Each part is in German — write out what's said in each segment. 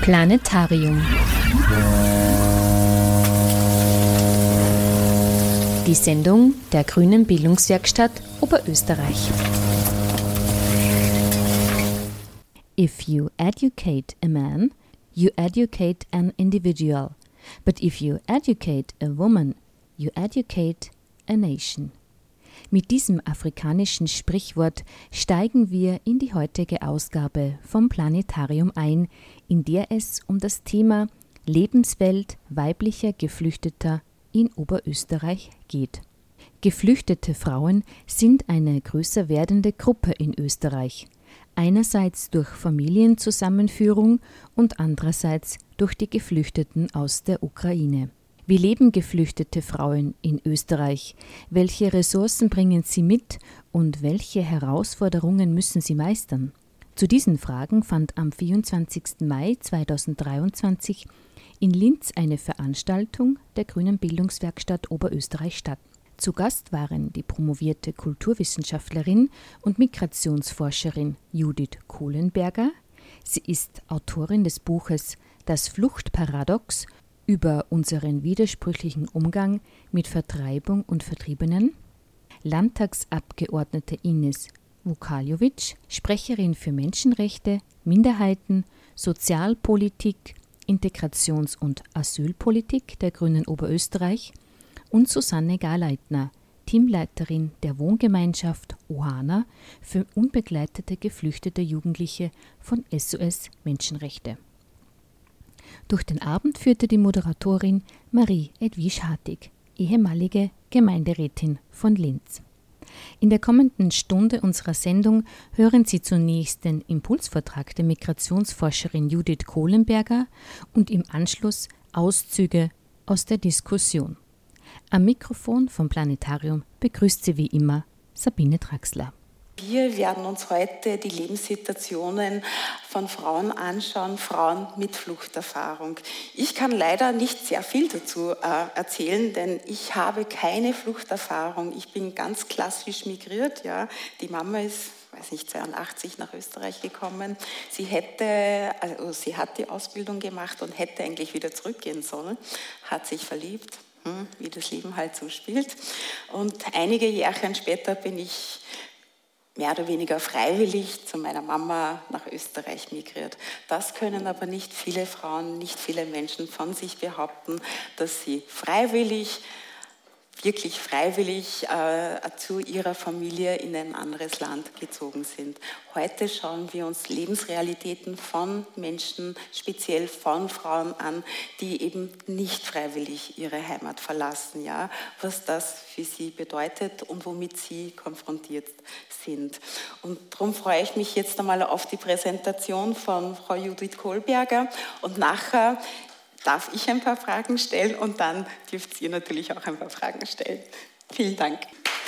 Planetarium. Die Sendung der Grünen Bildungswerkstatt Oberösterreich. If you educate a man, you educate an individual. But if you educate a woman, you educate a nation. Mit diesem afrikanischen Sprichwort steigen wir in die heutige Ausgabe vom Planetarium ein, in der es um das Thema Lebenswelt weiblicher Geflüchteter in Oberösterreich geht. Geflüchtete Frauen sind eine größer werdende Gruppe in Österreich, einerseits durch Familienzusammenführung und andererseits durch die Geflüchteten aus der Ukraine. Wie leben geflüchtete Frauen in Österreich? Welche Ressourcen bringen sie mit und welche Herausforderungen müssen sie meistern? Zu diesen Fragen fand am 24. Mai 2023 in Linz eine Veranstaltung der Grünen Bildungswerkstatt Oberösterreich statt. Zu Gast waren die promovierte Kulturwissenschaftlerin und Migrationsforscherin Judith Kohlenberger. Sie ist Autorin des Buches Das Fluchtparadox über unseren widersprüchlichen Umgang mit Vertreibung und Vertriebenen, Landtagsabgeordnete Ines Vukaljovic, Sprecherin für Menschenrechte, Minderheiten, Sozialpolitik, Integrations- und Asylpolitik der Grünen Oberösterreich und Susanne Garleitner, Teamleiterin der Wohngemeinschaft Ohana für unbegleitete geflüchtete Jugendliche von SOS Menschenrechte. Durch den Abend führte die Moderatorin Marie-Edwige Hartig, ehemalige Gemeinderätin von Linz. In der kommenden Stunde unserer Sendung hören Sie zunächst den Impulsvortrag der Migrationsforscherin Judith Kohlenberger und im Anschluss Auszüge aus der Diskussion. Am Mikrofon vom Planetarium begrüßt Sie wie immer Sabine Draxler. Wir werden uns heute die Lebenssituationen von Frauen anschauen, Frauen mit Fluchterfahrung. Ich kann leider nicht sehr viel dazu erzählen, denn ich habe keine Fluchterfahrung. Ich bin ganz klassisch migriert. Ja. Die Mama ist, 82 nach Österreich gekommen. Sie hat die Ausbildung gemacht und hätte eigentlich wieder zurückgehen sollen, hat sich verliebt, wie das Leben halt so spielt. Und einige Jahre später bin ich mehr oder weniger freiwillig zu meiner Mama nach Österreich migriert. Das können aber nicht viele Frauen, nicht viele Menschen von sich behaupten, dass sie wirklich freiwillig zu ihrer Familie in ein anderes Land gezogen sind. Heute schauen wir uns Lebensrealitäten von Menschen, speziell von Frauen an, die eben nicht freiwillig ihre Heimat verlassen, ja, was das für sie bedeutet und womit sie konfrontiert sind. Und darum freue ich mich jetzt einmal auf die Präsentation von Frau Judith Kohlenberger und nachher darf ich ein paar Fragen stellen und dann dürft ihr natürlich auch ein paar Fragen stellen. Vielen Dank.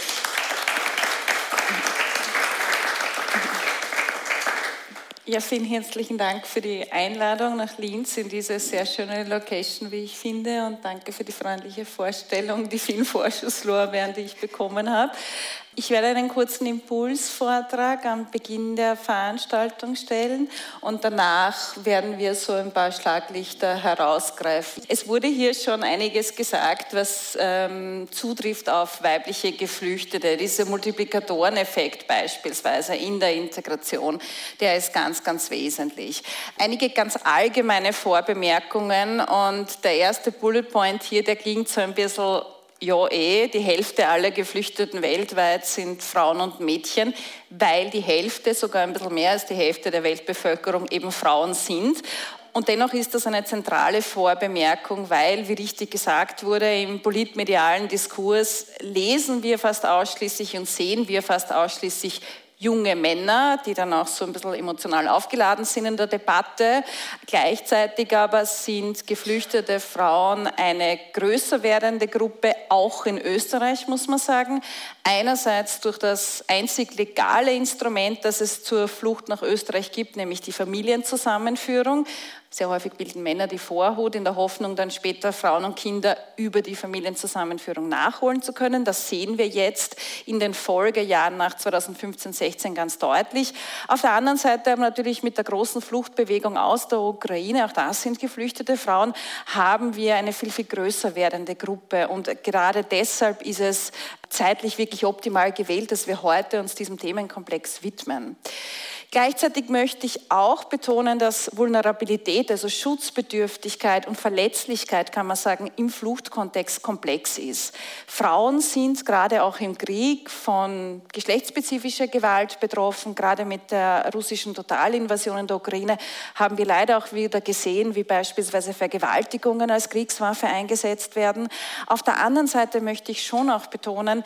Ja, vielen herzlichen Dank für die Einladung nach Linz in diese sehr schöne Location, wie ich finde, und danke für die freundliche Vorstellung, die vielen Vorschusslorbeeren, die ich bekommen habe. Ich werde einen kurzen Impulsvortrag am Beginn der Veranstaltung stellen und danach werden wir so ein paar Schlaglichter herausgreifen. Es wurde hier schon einiges gesagt, was zutrifft auf weibliche Geflüchtete. Dieser Multiplikatoreneffekt beispielsweise in der Integration, der ist ganz, ganz wesentlich. Einige ganz allgemeine Vorbemerkungen und der erste Bullet Point hier, der klingt so ein bisschen die Hälfte aller Geflüchteten weltweit sind Frauen und Mädchen, weil die Hälfte, sogar ein bisschen mehr als die Hälfte der Weltbevölkerung eben Frauen sind. Und dennoch ist das eine zentrale Vorbemerkung, weil, wie richtig gesagt wurde, im politmedialen Diskurs lesen wir fast ausschließlich und sehen wir fast ausschließlich junge Männer, die dann auch so ein bisschen emotional aufgeladen sind in der Debatte. Gleichzeitig aber sind geflüchtete Frauen eine größer werdende Gruppe, auch in Österreich, muss man sagen. Einerseits durch das einzig legale Instrument, das es zur Flucht nach Österreich gibt, nämlich die Familienzusammenführung. Sehr häufig bilden Männer die Vorhut in der Hoffnung, dann später Frauen und Kinder über die Familienzusammenführung nachholen zu können. Das sehen wir jetzt in den Folgejahren nach 2015-16 ganz deutlich. Auf der anderen Seite aber natürlich mit der großen Fluchtbewegung aus der Ukraine, auch das sind geflüchtete Frauen, haben wir eine viel, viel größer werdende Gruppe. Und gerade deshalb ist es zeitlich wirklich optimal gewählt, dass wir heute uns diesem Themenkomplex widmen. Gleichzeitig möchte ich auch betonen, dass Vulnerabilität, also Schutzbedürftigkeit und Verletzlichkeit, kann man sagen, im Fluchtkontext komplex ist. Frauen sind gerade auch im Krieg von geschlechtsspezifischer Gewalt betroffen. Gerade mit der russischen Totalinvasion in der Ukraine haben wir leider auch wieder gesehen, wie beispielsweise Vergewaltigungen als Kriegswaffe eingesetzt werden. Auf der anderen Seite möchte ich schon auch betonen,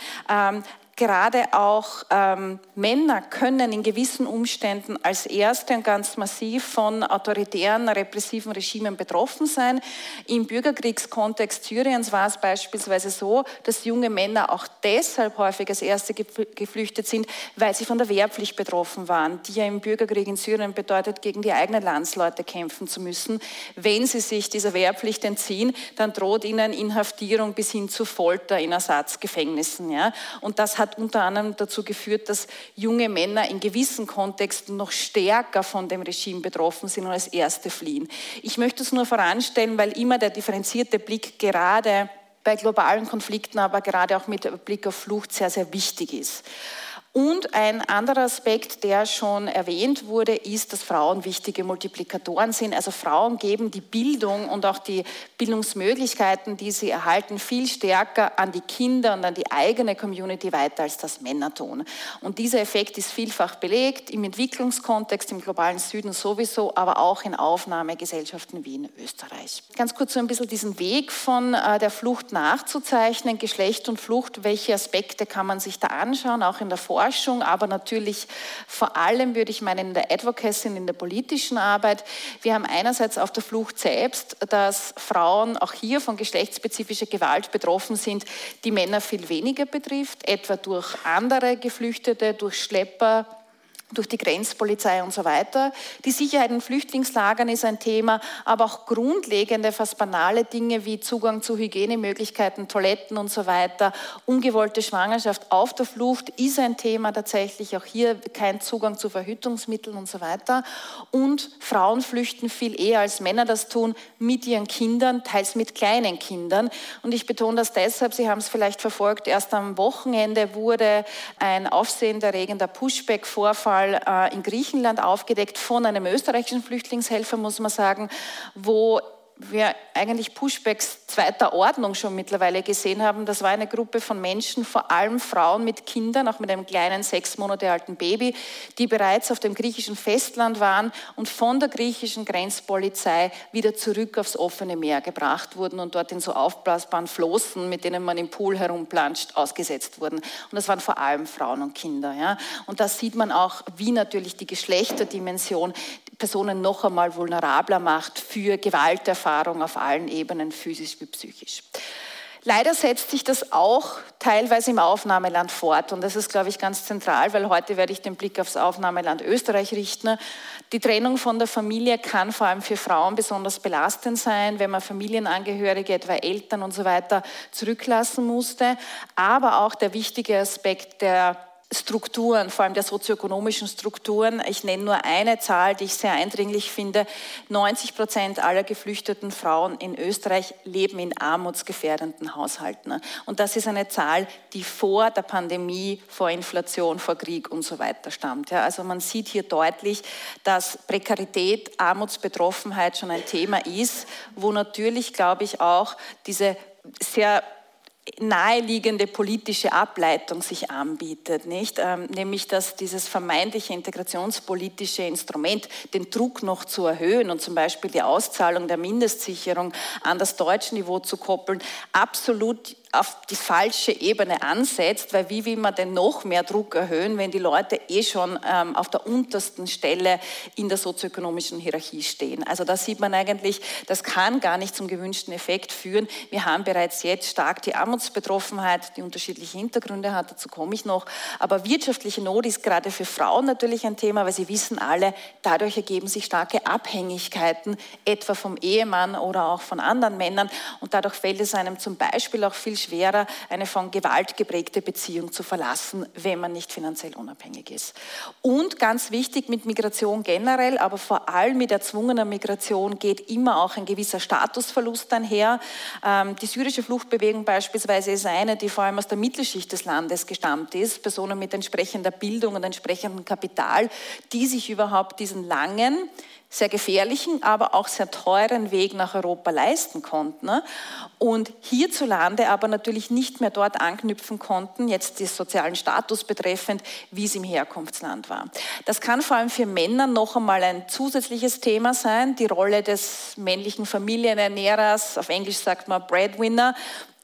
gerade auch Männer können in gewissen Umständen als Erste und ganz massiv von autoritären, repressiven Regimen betroffen sein. Im Bürgerkriegskontext Syriens war es beispielsweise so, dass junge Männer auch deshalb häufig als Erste geflüchtet sind, weil sie von der Wehrpflicht betroffen waren, die ja im Bürgerkrieg in Syrien bedeutet, gegen die eigenen Landsleute kämpfen zu müssen. Wenn sie sich dieser Wehrpflicht entziehen, dann droht ihnen Inhaftierung bis hin zu Folter in Ersatzgefängnissen. Ja? Und das hat unter anderem dazu geführt, dass junge Männer in gewissen Kontexten noch stärker von dem Regime betroffen sind und als Erste fliehen. Ich möchte es nur voranstellen, weil immer der differenzierte Blick gerade bei globalen Konflikten, aber gerade auch mit Blick auf Flucht sehr, sehr wichtig ist. Und ein anderer Aspekt, der schon erwähnt wurde, ist, dass Frauen wichtige Multiplikatoren sind. Also Frauen geben die Bildung und auch die Bildungsmöglichkeiten, die sie erhalten, viel stärker an die Kinder und an die eigene Community weiter, als das Männer tun. Und dieser Effekt ist vielfach belegt, im Entwicklungskontext, im globalen Süden sowieso, aber auch in Aufnahmegesellschaften wie in Österreich. Ganz kurz so ein bisschen diesen Weg von der Flucht nachzuzeichnen, Geschlecht und Flucht, welche Aspekte kann man sich da anschauen, auch in der Forschung, aber natürlich vor allem, würde ich meinen, in der Advocacy, in der politischen Arbeit. Wir haben einerseits auf der Flucht selbst, dass Frauen auch hier von geschlechtsspezifischer Gewalt betroffen sind, die Männer viel weniger betrifft, etwa durch andere Geflüchtete, durch Schlepper, durch die Grenzpolizei und so weiter. Die Sicherheit in Flüchtlingslagern ist ein Thema, aber auch grundlegende, fast banale Dinge wie Zugang zu Hygienemöglichkeiten, Toiletten und so weiter, ungewollte Schwangerschaft auf der Flucht ist ein Thema tatsächlich, auch hier kein Zugang zu Verhütungsmitteln und so weiter. Und Frauen flüchten viel eher als Männer das tun, mit ihren Kindern, teils mit kleinen Kindern. Und ich betone das deshalb, Sie haben es vielleicht verfolgt, erst am Wochenende wurde ein aufsehenerregender Pushback-Vorfall in Griechenland aufgedeckt von einem österreichischen Flüchtlingshelfer, muss man sagen, wo wir eigentlich Pushbacks zweiter Ordnung schon mittlerweile gesehen haben. Das war eine Gruppe von Menschen, vor allem Frauen mit Kindern, auch mit einem kleinen 6 Monate alten Baby, die bereits auf dem griechischen Festland waren und von der griechischen Grenzpolizei wieder zurück aufs offene Meer gebracht wurden und dort in so aufblasbaren Flossen, mit denen man im Pool herumplanscht, ausgesetzt wurden. Und das waren vor allem Frauen und Kinder. Ja? Und da sieht man auch, wie natürlich die Geschlechterdimension Personen noch einmal vulnerabler macht für Gewalterfahrung auf allen Ebenen, physisch wie psychisch. Leider setzt sich das auch teilweise im Aufnahmeland fort und das ist, glaube ich, ganz zentral, weil heute werde ich den Blick aufs Aufnahmeland Österreich richten. Die Trennung von der Familie kann vor allem für Frauen besonders belastend sein, wenn man Familienangehörige, etwa Eltern und so weiter, zurücklassen musste, aber auch der wichtige Aspekt der Strukturen, vor allem der sozioökonomischen Strukturen. Ich nenne nur eine Zahl, die ich sehr eindringlich finde. 90% aller geflüchteten Frauen in Österreich leben in armutsgefährdenden Haushalten. Und das ist eine Zahl, die vor der Pandemie, vor Inflation, vor Krieg und so weiter stammt. Ja, also man sieht hier deutlich, dass Prekarität, Armutsbetroffenheit schon ein Thema ist, wo natürlich, glaube ich, auch diese sehr naheliegende politische Ableitung sich anbietet, nicht? Nämlich, dass dieses vermeintliche integrationspolitische Instrument, den Druck noch zu erhöhen und zum Beispiel die Auszahlung der Mindestsicherung an das deutsche Niveau zu koppeln, absolut auf die falsche Ebene ansetzt, weil wie will man denn noch mehr Druck erhöhen, wenn die Leute schon auf der untersten Stelle in der sozioökonomischen Hierarchie stehen. Also da sieht man eigentlich, das kann gar nicht zum gewünschten Effekt führen. Wir haben bereits jetzt stark die Armutsbetroffenheit, die unterschiedliche Hintergründe hat, dazu komme ich noch. Aber wirtschaftliche Not ist gerade für Frauen natürlich ein Thema, weil sie wissen alle, dadurch ergeben sich starke Abhängigkeiten, etwa vom Ehemann oder auch von anderen Männern. Und dadurch fällt es einem zum Beispiel auch viel schwerer, eine von Gewalt geprägte Beziehung zu verlassen, wenn man nicht finanziell unabhängig ist. Und ganz wichtig, mit Migration generell, aber vor allem mit erzwungener Migration geht immer auch ein gewisser Statusverlust einher. Die syrische Fluchtbewegung beispielsweise ist eine, die vor allem aus der Mittelschicht des Landes gestammt ist, Personen mit entsprechender Bildung und entsprechendem Kapital, die sich überhaupt diesen langen, sehr gefährlichen, aber auch sehr teuren Weg nach Europa leisten konnten und hierzulande aber natürlich nicht mehr dort anknüpfen konnten, jetzt den sozialen Status betreffend, wie es im Herkunftsland war. Das kann vor allem für Männer noch einmal ein zusätzliches Thema sein, die Rolle des männlichen Familienernährers, auf Englisch sagt man Breadwinner,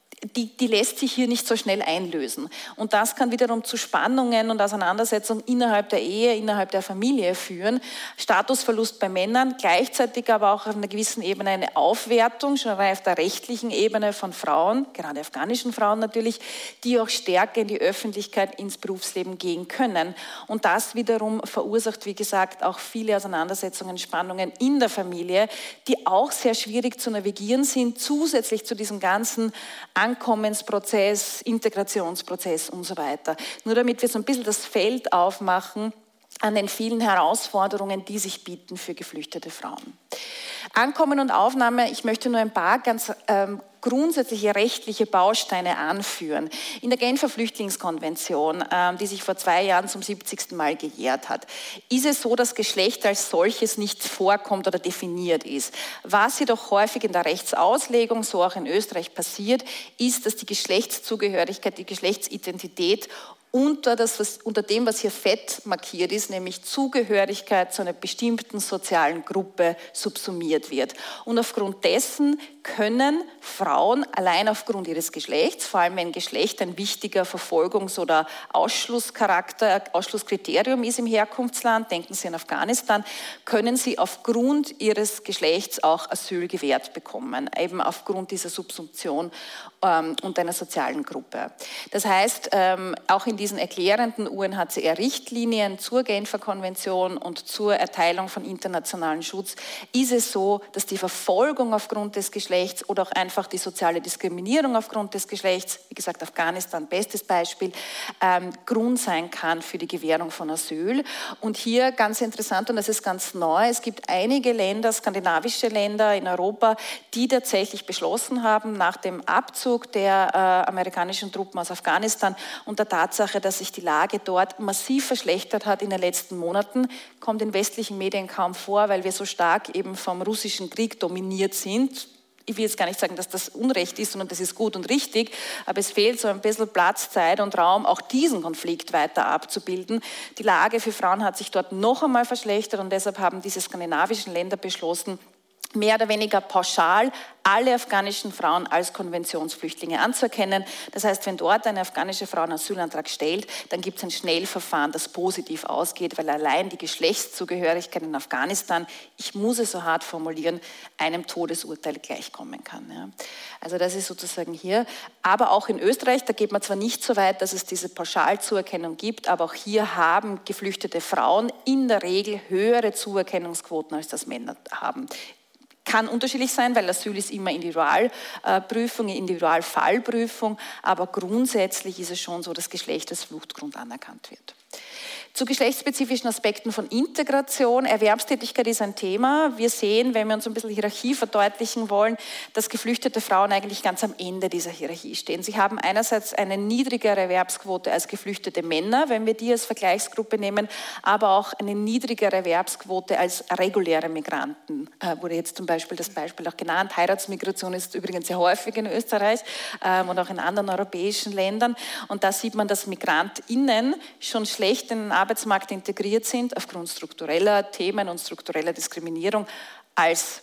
die lässt sich hier nicht so schnell einlösen. Und das kann wiederum zu Spannungen und Auseinandersetzungen innerhalb der Ehe, innerhalb der Familie führen. Statusverlust bei Männern, gleichzeitig aber auch auf einer gewissen Ebene eine Aufwertung, schon auf der rechtlichen Ebene von Frauen, gerade afghanischen Frauen natürlich, die auch stärker in die Öffentlichkeit, ins Berufsleben gehen können. Und das wiederum verursacht, wie gesagt, auch viele Auseinandersetzungen, Spannungen in der Familie, die auch sehr schwierig zu navigieren sind, zusätzlich zu diesem ganzen Ankommensprozess, Integrationsprozess und so weiter. Nur damit wir so ein bisschen das Feld aufmachen an den vielen Herausforderungen, die sich bieten für geflüchtete Frauen. Ankommen und Aufnahme, ich möchte nur ein paar ganz grundsätzliche rechtliche Bausteine anführen. In der Genfer Flüchtlingskonvention, die sich vor 2 Jahren zum 70. Mal gejährt hat, ist es so, dass Geschlecht als solches nicht vorkommt oder definiert ist. Was jedoch häufig in der Rechtsauslegung, so auch in Österreich passiert, ist, dass die Geschlechtszugehörigkeit, die Geschlechtsidentität unter dem, was hier fett markiert ist, nämlich Zugehörigkeit zu einer bestimmten sozialen Gruppe subsumiert wird. Und aufgrund dessen können Frauen allein aufgrund ihres Geschlechts, vor allem wenn Geschlecht ein wichtiger Verfolgungs- oder Ausschlusskriterium ist im Herkunftsland, denken Sie an Afghanistan, können sie aufgrund ihres Geschlechts auch Asyl gewährt bekommen, eben aufgrund dieser Subsumption und einer sozialen Gruppe. Das heißt, auch in diesen erklärenden UNHCR-Richtlinien zur Genfer Konvention und zur Erteilung von internationalem Schutz ist es so, dass die Verfolgung aufgrund des Geschlechts oder auch einfach die soziale Diskriminierung aufgrund des Geschlechts, wie gesagt Afghanistan, bestes Beispiel, Grund sein kann für die Gewährung von Asyl. Und hier ganz interessant, und das ist ganz neu, es gibt einige Länder, skandinavische Länder in Europa, die tatsächlich beschlossen haben, nach dem Abzug der amerikanischen Truppen aus Afghanistan und der Tatsache, dass sich die Lage dort massiv verschlechtert hat in den letzten Monaten, kommt in westlichen Medien kaum vor, weil wir so stark eben vom russischen Krieg dominiert sind. Ich will jetzt gar nicht sagen, dass das Unrecht ist, sondern das ist gut und richtig, aber es fehlt so ein bisschen Platz, Zeit und Raum, auch diesen Konflikt weiter abzubilden. Die Lage für Frauen hat sich dort noch einmal verschlechtert und deshalb haben diese skandinavischen Länder beschlossen, mehr oder weniger pauschal alle afghanischen Frauen als Konventionsflüchtlinge anzuerkennen. Das heißt, wenn dort eine afghanische Frau einen Asylantrag stellt, dann gibt es ein Schnellverfahren, das positiv ausgeht, weil allein die Geschlechtszugehörigkeit in Afghanistan, ich muss es so hart formulieren, einem Todesurteil gleichkommen kann. Ja. Also das ist sozusagen hier. Aber auch in Österreich, da geht man zwar nicht so weit, dass es diese Pauschalzuerkennung gibt, aber auch hier haben geflüchtete Frauen in der Regel höhere Zuerkennungsquoten, als das Männer haben. Kann unterschiedlich sein, weil Asyl ist immer Individualprüfung, Individualfallprüfung, aber grundsätzlich ist es schon so, dass Geschlecht als Fluchtgrund anerkannt wird. Zu geschlechtsspezifischen Aspekten von Integration. Erwerbstätigkeit ist ein Thema. Wir sehen, wenn wir uns ein bisschen Hierarchie verdeutlichen wollen, dass geflüchtete Frauen eigentlich ganz am Ende dieser Hierarchie stehen. Sie haben einerseits eine niedrigere Erwerbsquote als geflüchtete Männer, wenn wir die als Vergleichsgruppe nehmen, aber auch eine niedrigere Erwerbsquote als reguläre Migranten. Wurde jetzt zum Beispiel das Beispiel auch genannt. Heiratsmigration ist übrigens sehr häufig in Österreich und auch in anderen europäischen Ländern. Und da sieht man, dass MigrantInnen schon schlecht in den Arbeitsmarkt integriert sind, aufgrund struktureller Themen und struktureller Diskriminierung, als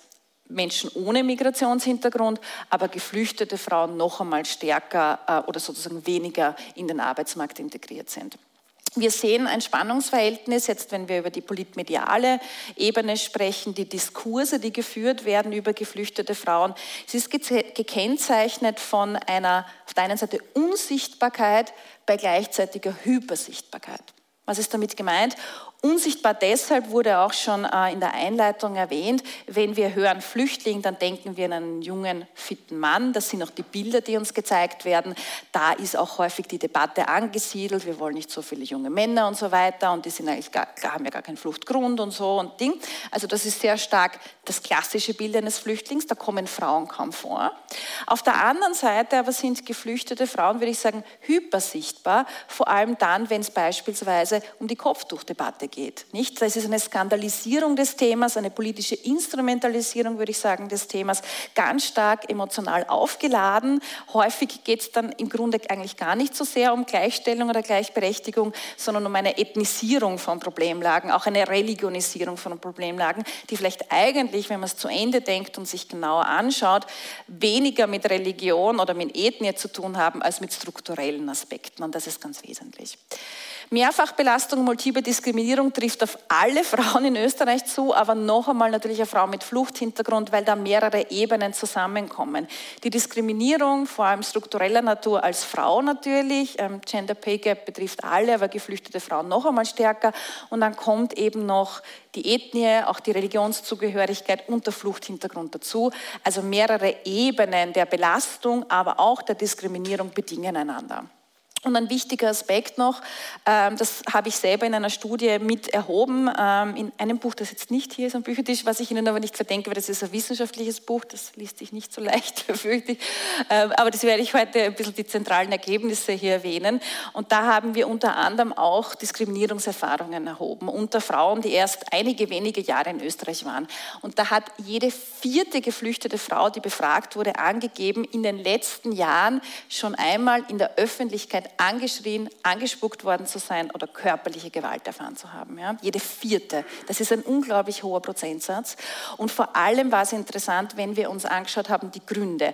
Menschen ohne Migrationshintergrund, aber geflüchtete Frauen noch einmal stärker oder sozusagen weniger in den Arbeitsmarkt integriert sind. Wir sehen ein Spannungsverhältnis, jetzt wenn wir über die politmediale Ebene sprechen, die Diskurse, die geführt werden über geflüchtete Frauen. Es ist gekennzeichnet von einer auf der einen Seite Unsichtbarkeit bei gleichzeitiger Hypersichtbarkeit. Was ist damit gemeint? Unsichtbar deshalb wurde auch schon in der Einleitung erwähnt, wenn wir hören Flüchtling, dann denken wir an einen jungen, fitten Mann. Das sind auch die Bilder, die uns gezeigt werden. Da ist auch häufig die Debatte angesiedelt, wir wollen nicht so viele junge Männer und so weiter und die sind eigentlich haben ja gar keinen Fluchtgrund und so und Ding. Also das ist sehr stark das klassische Bild eines Flüchtlings, da kommen Frauen kaum vor. Auf der anderen Seite aber sind geflüchtete Frauen, würde ich sagen, hypersichtbar, vor allem dann, wenn es beispielsweise um die Kopftuchdebatte geht. Nicht? Das ist eine Skandalisierung des Themas, eine politische Instrumentalisierung, würde ich sagen, des Themas, ganz stark emotional aufgeladen. Häufig geht es dann im Grunde eigentlich gar nicht so sehr um Gleichstellung oder Gleichberechtigung, sondern um eine Ethnisierung von Problemlagen, auch eine Religionisierung von Problemlagen, die vielleicht eigentlich, wenn man es zu Ende denkt und sich genauer anschaut, weniger mit Religion oder mit Ethnie zu tun haben, als mit strukturellen Aspekten. Und das ist ganz wesentlich. Mehrfachbelastung, multiple Diskriminierung trifft auf alle Frauen in Österreich zu, aber noch einmal natürlich auf Frauen mit Fluchthintergrund, weil da mehrere Ebenen zusammenkommen. Die Diskriminierung, vor allem struktureller Natur als Frau natürlich, Gender Pay Gap betrifft alle, aber geflüchtete Frauen noch einmal stärker. Und dann kommt eben noch die Ethnie, auch die Religionszugehörigkeit und der Fluchthintergrund dazu. Also mehrere Ebenen der Belastung, aber auch der Diskriminierung bedingen einander. Und ein wichtiger Aspekt noch, das habe ich selber in einer Studie mit erhoben, in einem Buch, das jetzt nicht hier ist am Büchertisch, was ich Ihnen aber nicht verdenke, weil das ist ein wissenschaftliches Buch, das liest sich nicht so leicht, fürchte ich. Aber das werde ich heute ein bisschen die zentralen Ergebnisse hier erwähnen. Und da haben wir unter anderem auch Diskriminierungserfahrungen erhoben unter Frauen, die erst einige wenige Jahre in Österreich waren. Und da hat jede 4. geflüchtete Frau, die befragt wurde, angegeben, in den letzten Jahren schon einmal in der Öffentlichkeit angeschrien, angespuckt worden zu sein oder körperliche Gewalt erfahren zu haben. Ja? Jede 4. Das ist ein unglaublich hoher Prozentsatz. Und vor allem war es interessant, wenn wir uns angeschaut haben, die Gründe.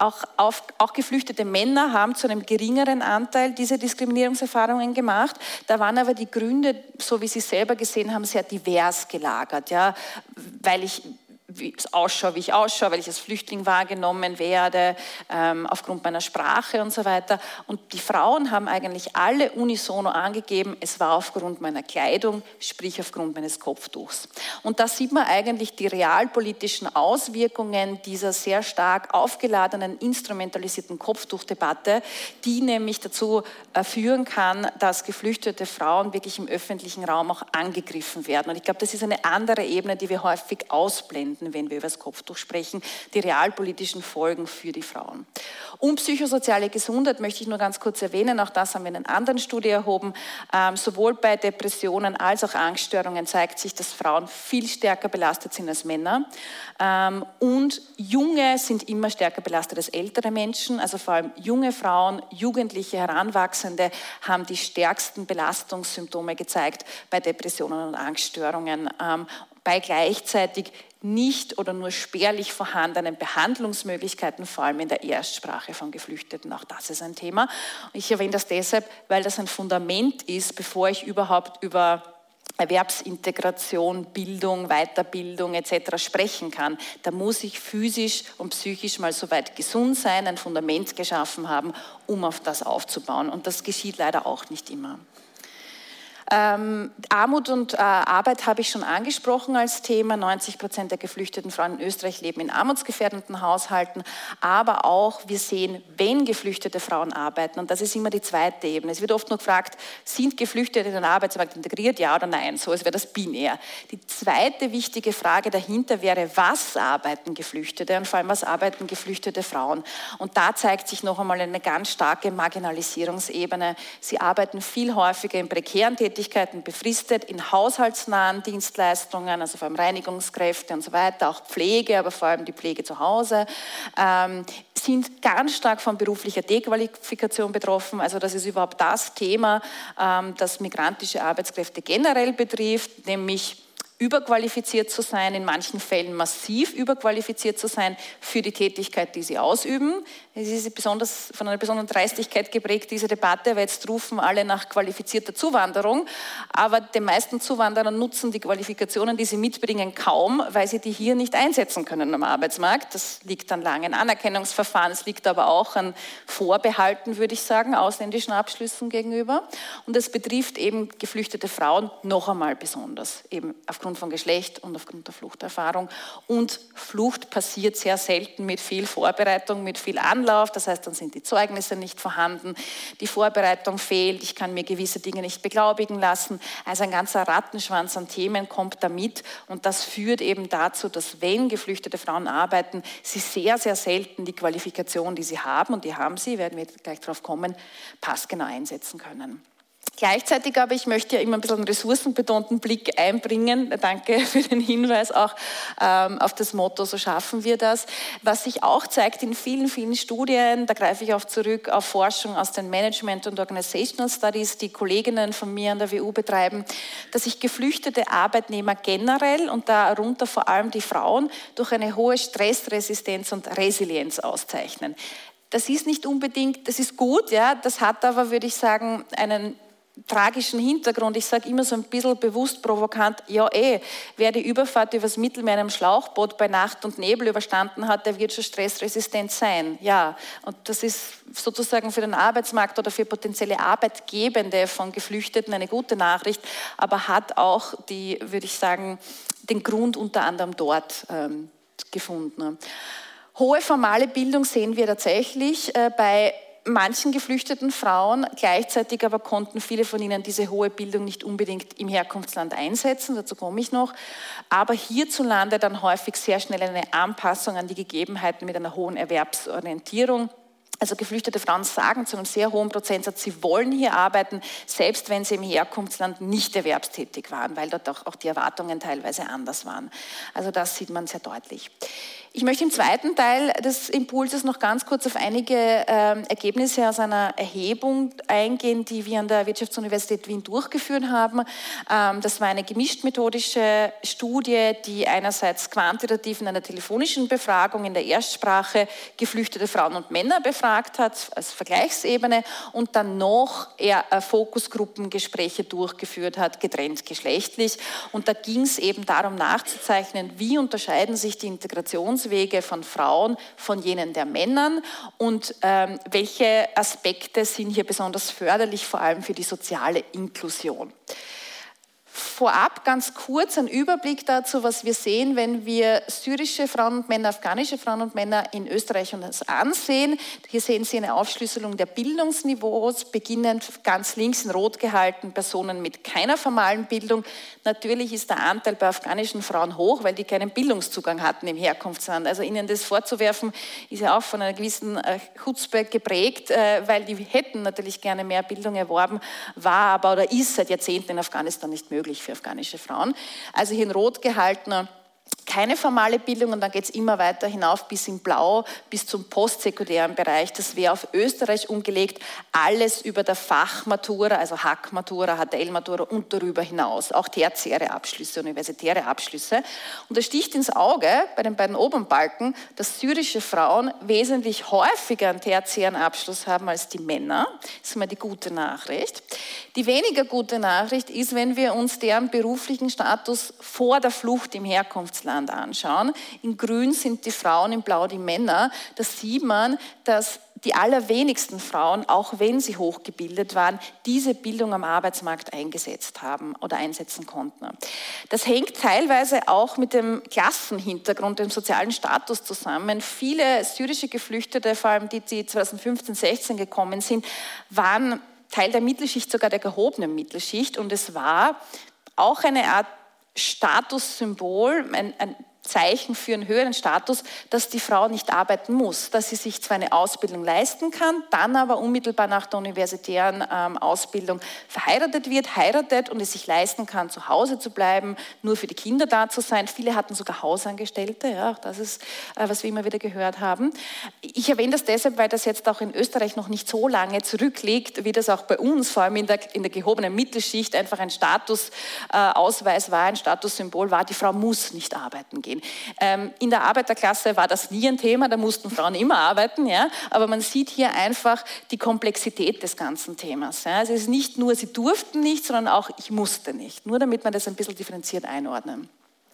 Auch geflüchtete Männer haben zu einem geringeren Anteil diese Diskriminierungserfahrungen gemacht. Da waren aber die Gründe, so wie Sie selber gesehen haben, sehr divers gelagert. Ja? Weil ich wie ich ausschaue, weil ich als Flüchtling wahrgenommen werde, aufgrund meiner Sprache und so weiter. Und die Frauen haben eigentlich alle unisono angegeben, es war aufgrund meiner Kleidung, sprich aufgrund meines Kopftuchs. Und da sieht man eigentlich die realpolitischen Auswirkungen dieser sehr stark aufgeladenen, instrumentalisierten Kopftuchdebatte, die nämlich dazu führen kann, dass geflüchtete Frauen wirklich im öffentlichen Raum auch angegriffen werden. Und ich glaube, das ist eine andere Ebene, die wir häufig ausblenden, wenn wir über das Kopftuch sprechen, die realpolitischen Folgen für die Frauen. Und psychosoziale Gesundheit möchte ich nur ganz kurz erwähnen, auch das haben wir in einer anderen Studie erhoben. Sowohl bei Depressionen als auch Angststörungen zeigt sich, dass Frauen viel stärker belastet sind als Männer. Und Junge sind immer stärker belastet als ältere Menschen, also vor allem junge Frauen, Jugendliche, Heranwachsende haben die stärksten Belastungssymptome gezeigt bei Depressionen und Angststörungen, bei gleichzeitig nicht oder nur spärlich vorhandenen Behandlungsmöglichkeiten, vor allem in der Erstsprache von Geflüchteten. Auch das ist ein Thema. Ich erwähne das deshalb, weil das ein Fundament ist, bevor ich überhaupt über Erwerbsintegration, Bildung, Weiterbildung etc. sprechen kann. Da muss ich physisch und psychisch mal so weit gesund sein, ein Fundament geschaffen haben, um auf das aufzubauen. Und das geschieht leider auch nicht immer. Armut und Arbeit habe ich schon angesprochen als Thema. 90% der geflüchteten Frauen in Österreich leben in armutsgefährdeten Haushalten. Aber auch, wir sehen, wenn geflüchtete Frauen arbeiten, und das ist immer die zweite Ebene. Es wird oft nur gefragt, sind Geflüchtete in den Arbeitsmarkt integriert, ja oder nein? So, es wäre das binär. Die zweite wichtige Frage dahinter wäre, was arbeiten Geflüchtete und vor allem, was arbeiten geflüchtete Frauen? Und da zeigt sich noch einmal eine ganz starke Marginalisierungsebene. Sie arbeiten viel häufiger in prekären Tätigkeiten, befristet in haushaltsnahen Dienstleistungen, also vor allem Reinigungskräfte und so weiter, auch Pflege, aber vor allem die Pflege zu Hause, sind ganz stark von beruflicher Dequalifikation betroffen. Also das ist überhaupt das Thema, das migrantische Arbeitskräfte generell betrifft, nämlich überqualifiziert zu sein, in manchen Fällen massiv überqualifiziert zu sein für die Tätigkeit, die sie ausüben. Es ist besonders von einer besonderen Dreistigkeit geprägt, diese Debatte, weil jetzt rufen alle nach qualifizierter Zuwanderung, aber die meisten Zuwanderer nutzen die Qualifikationen, die sie mitbringen, kaum, weil sie die hier nicht einsetzen können am Arbeitsmarkt. Das liegt an langen Anerkennungsverfahren, es liegt aber auch an Vorbehalten, würde ich sagen, ausländischen Abschlüssen gegenüber. Und es betrifft eben geflüchtete Frauen noch einmal besonders, eben aufgrund von Geschlecht und aufgrund der Fluchterfahrung. Und Flucht passiert sehr selten mit viel Vorbereitung, mit viel Anlauf. Das heißt, dann sind die Zeugnisse nicht vorhanden, die Vorbereitung fehlt, ich kann mir gewisse Dinge nicht beglaubigen lassen. Also ein ganzer Rattenschwanz an Themen kommt damit. Und das führt eben dazu, dass wenn geflüchtete Frauen arbeiten, sie sehr, sehr selten die Qualifikation, die sie haben, und die haben sie, werden wir gleich darauf kommen, passgenau einsetzen können. Gleichzeitig aber, ich möchte ja immer ein bisschen einen ressourcenbetonten Blick einbringen. Danke für den Hinweis auch auf das Motto, so schaffen wir das. Was sich auch zeigt in vielen, vielen Studien, da greife ich auch zurück auf Forschung aus den Management- und Organizational Studies, die Kolleginnen von mir an der WU betreiben, dass sich geflüchtete Arbeitnehmer generell und darunter vor allem die Frauen durch eine hohe Stressresistenz und Resilienz auszeichnen. Das ist nicht unbedingt, das ist gut, ja, das hat aber, würde ich sagen, einen tragischen Hintergrund. Ich sage immer so ein bisschen bewusst provokant, ja wer die Überfahrt übers Mittelmeer in einem Schlauchboot bei Nacht und Nebel überstanden hat, der wird schon stressresistent sein. Ja, und das ist sozusagen für den Arbeitsmarkt oder für potenzielle Arbeitgebende von Geflüchteten eine gute Nachricht, aber hat auch die, würde ich sagen, den Grund unter anderem dort gefunden. Hohe formale Bildung sehen wir tatsächlich bei manchen geflüchteten Frauen, gleichzeitig aber konnten viele von ihnen diese hohe Bildung nicht unbedingt im Herkunftsland einsetzen, dazu komme ich noch, aber hierzulande dann häufig sehr schnell eine Anpassung an die Gegebenheiten mit einer hohen Erwerbsorientierung. Also geflüchtete Frauen sagen zu einem sehr hohen Prozentsatz, sie wollen hier arbeiten, selbst wenn sie im Herkunftsland nicht erwerbstätig waren, weil dort auch die Erwartungen teilweise anders waren. Also das sieht man sehr deutlich. Ich möchte im zweiten Teil des Impulses noch ganz kurz auf einige Ergebnisse aus einer Erhebung eingehen, die wir an der Wirtschaftsuniversität Wien durchgeführt haben. Das war eine gemischt-methodische Studie, die einerseits quantitativ in einer telefonischen Befragung in der Erstsprache geflüchtete Frauen und Männer befragt hat, als Vergleichsebene, und dann noch eher Fokusgruppengespräche durchgeführt hat, getrennt geschlechtlich. Und da ging es eben darum nachzuzeichnen, wie unterscheiden sich die Integrationswege von Frauen von jenen der Männern und welche Aspekte sind hier besonders förderlich, vor allem für die soziale Inklusion. Vorab ganz kurz ein Überblick dazu, was wir sehen, wenn wir syrische Frauen und Männer, afghanische Frauen und Männer in Österreich uns ansehen. Hier sehen Sie eine Aufschlüsselung der Bildungsniveaus, beginnend ganz links in rot gehalten, Personen mit keiner formalen Bildung. Natürlich ist der Anteil bei afghanischen Frauen hoch, weil die keinen Bildungszugang hatten im Herkunftsland. Also ihnen das vorzuwerfen, ist ja auch von einer gewissen Chutzpe geprägt, weil die hätten natürlich gerne mehr Bildung erworben, war aber oder ist seit Jahrzehnten in Afghanistan nicht möglich für afghanische Frauen. Also hier in rot gehaltener keine formale Bildung, und dann geht es immer weiter hinauf bis in Blau, bis zum postsekundären Bereich. Das wäre auf Österreich umgelegt, alles über der Fachmatura, also Hack-Matura, HTL-Matura und darüber hinaus, auch tertiäre Abschlüsse, universitäre Abschlüsse. Und das sticht ins Auge bei den beiden oberen Balken, dass syrische Frauen wesentlich häufiger einen tertiären Abschluss haben als die Männer. Das ist mal die gute Nachricht. Die weniger gute Nachricht ist, wenn wir uns deren beruflichen Status vor der Flucht im Herkunftsland anschauen. In grün sind die Frauen, in blau die Männer. Da sieht man, dass die allerwenigsten Frauen, auch wenn sie hochgebildet waren, diese Bildung am Arbeitsmarkt eingesetzt haben oder einsetzen konnten. Das hängt teilweise auch mit dem Klassenhintergrund, dem sozialen Status zusammen. Viele syrische Geflüchtete, vor allem die 2015, 16 gekommen sind, waren Teil der Mittelschicht, sogar der gehobenen Mittelschicht, und es war auch eine Art Statussymbol, ein Zeichen für einen höheren Status, dass die Frau nicht arbeiten muss, dass sie sich zwar eine Ausbildung leisten kann, dann aber unmittelbar nach der universitären Ausbildung heiratet und es sich leisten kann, zu Hause zu bleiben, nur für die Kinder da zu sein. Viele hatten sogar Hausangestellte, ja, auch das ist, was wir immer wieder gehört haben. Ich erwähne das deshalb, weil das jetzt auch in Österreich noch nicht so lange zurückliegt, wie das auch bei uns, vor allem in der gehobenen Mittelschicht, einfach ein Statusausweis war, ein Statussymbol war, die Frau muss nicht arbeiten gehen. In der Arbeiterklasse war das nie ein Thema, da mussten Frauen immer arbeiten, ja? Aber man sieht hier einfach die Komplexität des ganzen Themas. Ja? Also es ist nicht nur, sie durften nicht, sondern auch, ich musste nicht. Nur damit man das ein bisschen differenziert einordnen.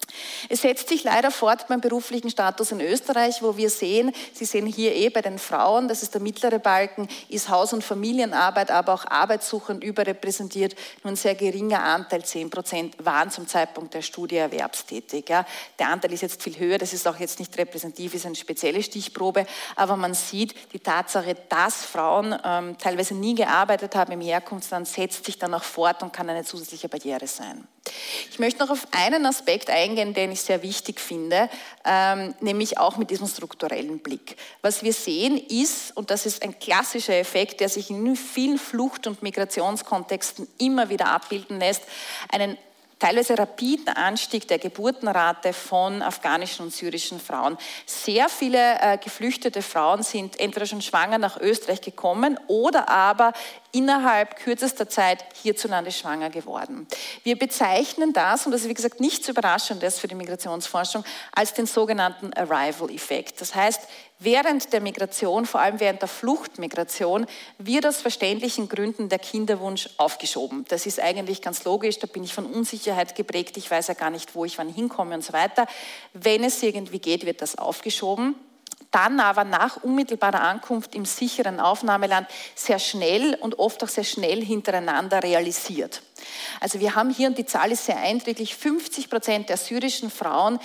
Es setzt sich leider fort beim beruflichen Status in Österreich, wo wir sehen, Sie sehen hier bei den Frauen, das ist der mittlere Balken, ist Haus- und Familienarbeit, aber auch Arbeitssuchend überrepräsentiert. Nur ein sehr geringer Anteil, 10%, waren zum Zeitpunkt der Studie erwerbstätig. Ja. Der Anteil ist jetzt viel höher, das ist auch jetzt nicht repräsentativ, ist eine spezielle Stichprobe, aber man sieht, die Tatsache, dass Frauen teilweise nie gearbeitet haben im Herkunftsland, setzt sich dann auch fort und kann eine zusätzliche Barriere sein. Ich möchte noch auf einen Aspekt eingehen, den ich sehr wichtig finde, nämlich auch mit diesem strukturellen Blick. Was wir sehen ist, und das ist ein klassischer Effekt, der sich in vielen Flucht- und Migrationskontexten immer wieder abbilden lässt, einen teilweise rapiden Anstieg der Geburtenrate von afghanischen und syrischen Frauen. Sehr viele geflüchtete Frauen sind entweder schon schwanger nach Österreich gekommen oder aber innerhalb kürzester Zeit hierzulande schwanger geworden. Wir bezeichnen das, und das ist wie gesagt nichts Überraschendes für die Migrationsforschung, als den sogenannten Arrival-Effekt. Das heißt, während der Migration, vor allem während der Fluchtmigration, wird aus verständlichen Gründen der Kinderwunsch aufgeschoben. Das ist eigentlich ganz logisch, da bin ich von Unsicherheit geprägt, ich weiß ja gar nicht, wo ich wann hinkomme und so weiter. Wenn es irgendwie geht, wird das aufgeschoben. Dann aber nach unmittelbarer Ankunft im sicheren Aufnahmeland sehr schnell und oft auch sehr schnell hintereinander realisiert. Also wir haben hier, und die Zahl ist sehr eindrücklich, 50% der syrischen Frauen,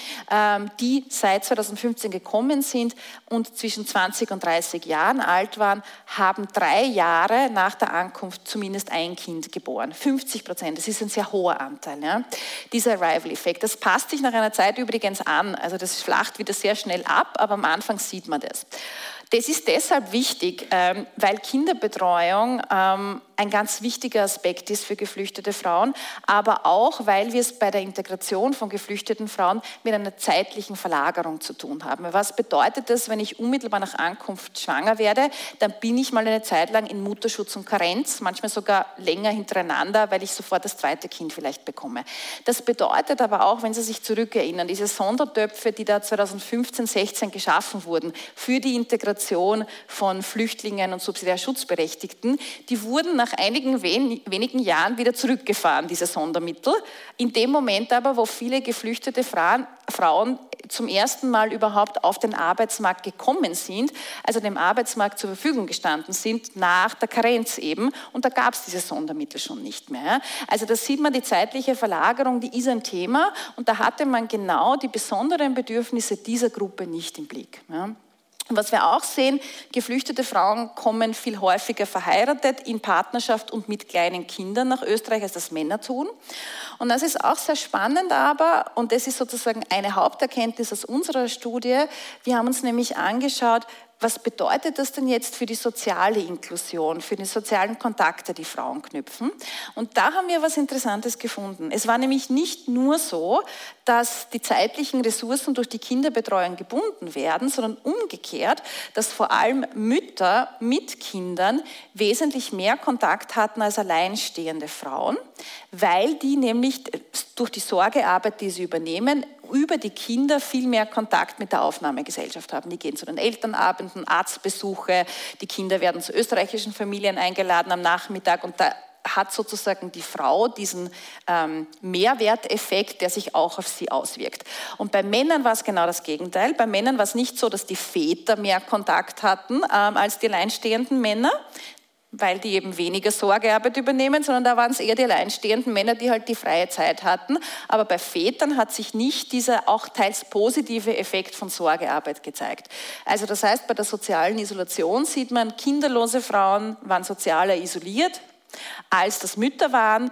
die seit 2015 gekommen sind und zwischen 20 und 30 Jahren alt waren, haben 3 Jahre nach der Ankunft zumindest ein Kind geboren. 50%, das ist ein sehr hoher Anteil. Ja? Dieser Arrival-Effekt, das passt sich nach einer Zeit übrigens an, also das flacht wieder sehr schnell ab, aber am Anfang sieht man das. Das ist deshalb wichtig, weil Kinderbetreuung ein ganz wichtiger Aspekt ist für geflüchtete Frauen, aber auch, weil wir es bei der Integration von geflüchteten Frauen mit einer zeitlichen Verlagerung zu tun haben. Was bedeutet das, wenn ich unmittelbar nach Ankunft schwanger werde? Dann bin ich mal eine Zeit lang in Mutterschutz und Karenz, manchmal sogar länger hintereinander, weil ich sofort das zweite Kind vielleicht bekomme. Das bedeutet aber auch, wenn Sie sich zurückerinnern, diese Sondertöpfe, die da 2015, 16 geschaffen wurden für die Integration von Flüchtlingen und subsidiär Schutzberechtigten, die wurden nach einigen wenigen Jahren wieder zurückgefahren, diese Sondermittel. In dem Moment aber, wo viele geflüchtete Frauen zum ersten Mal überhaupt auf den Arbeitsmarkt gekommen sind, also dem Arbeitsmarkt zur Verfügung gestanden sind, nach der Karenz eben. Und da gab es diese Sondermittel schon nicht mehr. Also da sieht man, die zeitliche Verlagerung, die ist ein Thema. Und da hatte man genau die besonderen Bedürfnisse dieser Gruppe nicht im Blick. Ja. Und was wir auch sehen, geflüchtete Frauen kommen viel häufiger verheiratet, in Partnerschaft und mit kleinen Kindern nach Österreich, als das Männer tun. Und das ist auch sehr spannend aber, und das ist sozusagen eine Haupterkenntnis aus unserer Studie, wir haben uns nämlich angeschaut, was bedeutet das denn jetzt für die soziale Inklusion, für die sozialen Kontakte, die Frauen knüpfen? Und da haben wir was Interessantes gefunden. Es war nämlich nicht nur so, dass die zeitlichen Ressourcen durch die Kinderbetreuung gebunden werden, sondern umgekehrt, dass vor allem Mütter mit Kindern wesentlich mehr Kontakt hatten als alleinstehende Frauen, weil die nämlich durch die Sorgearbeit, die sie übernehmen, über die Kinder viel mehr Kontakt mit der Aufnahmegesellschaft haben. Die gehen zu den Elternabenden, Arztbesuche, die Kinder werden zu österreichischen Familien eingeladen am Nachmittag und da hat sozusagen die Frau diesen Mehrwerteffekt, der sich auch auf sie auswirkt. Und bei Männern war es genau das Gegenteil. Bei Männern war es nicht so, dass die Väter mehr Kontakt hatten als die alleinstehenden Männer, weil die eben weniger Sorgearbeit übernehmen, sondern da waren es eher die alleinstehenden Männer, die halt die freie Zeit hatten. Aber bei Vätern hat sich nicht dieser auch teils positive Effekt von Sorgearbeit gezeigt. Also das heißt, bei der sozialen Isolation sieht man, kinderlose Frauen waren sozialer isoliert, als das Mütter waren.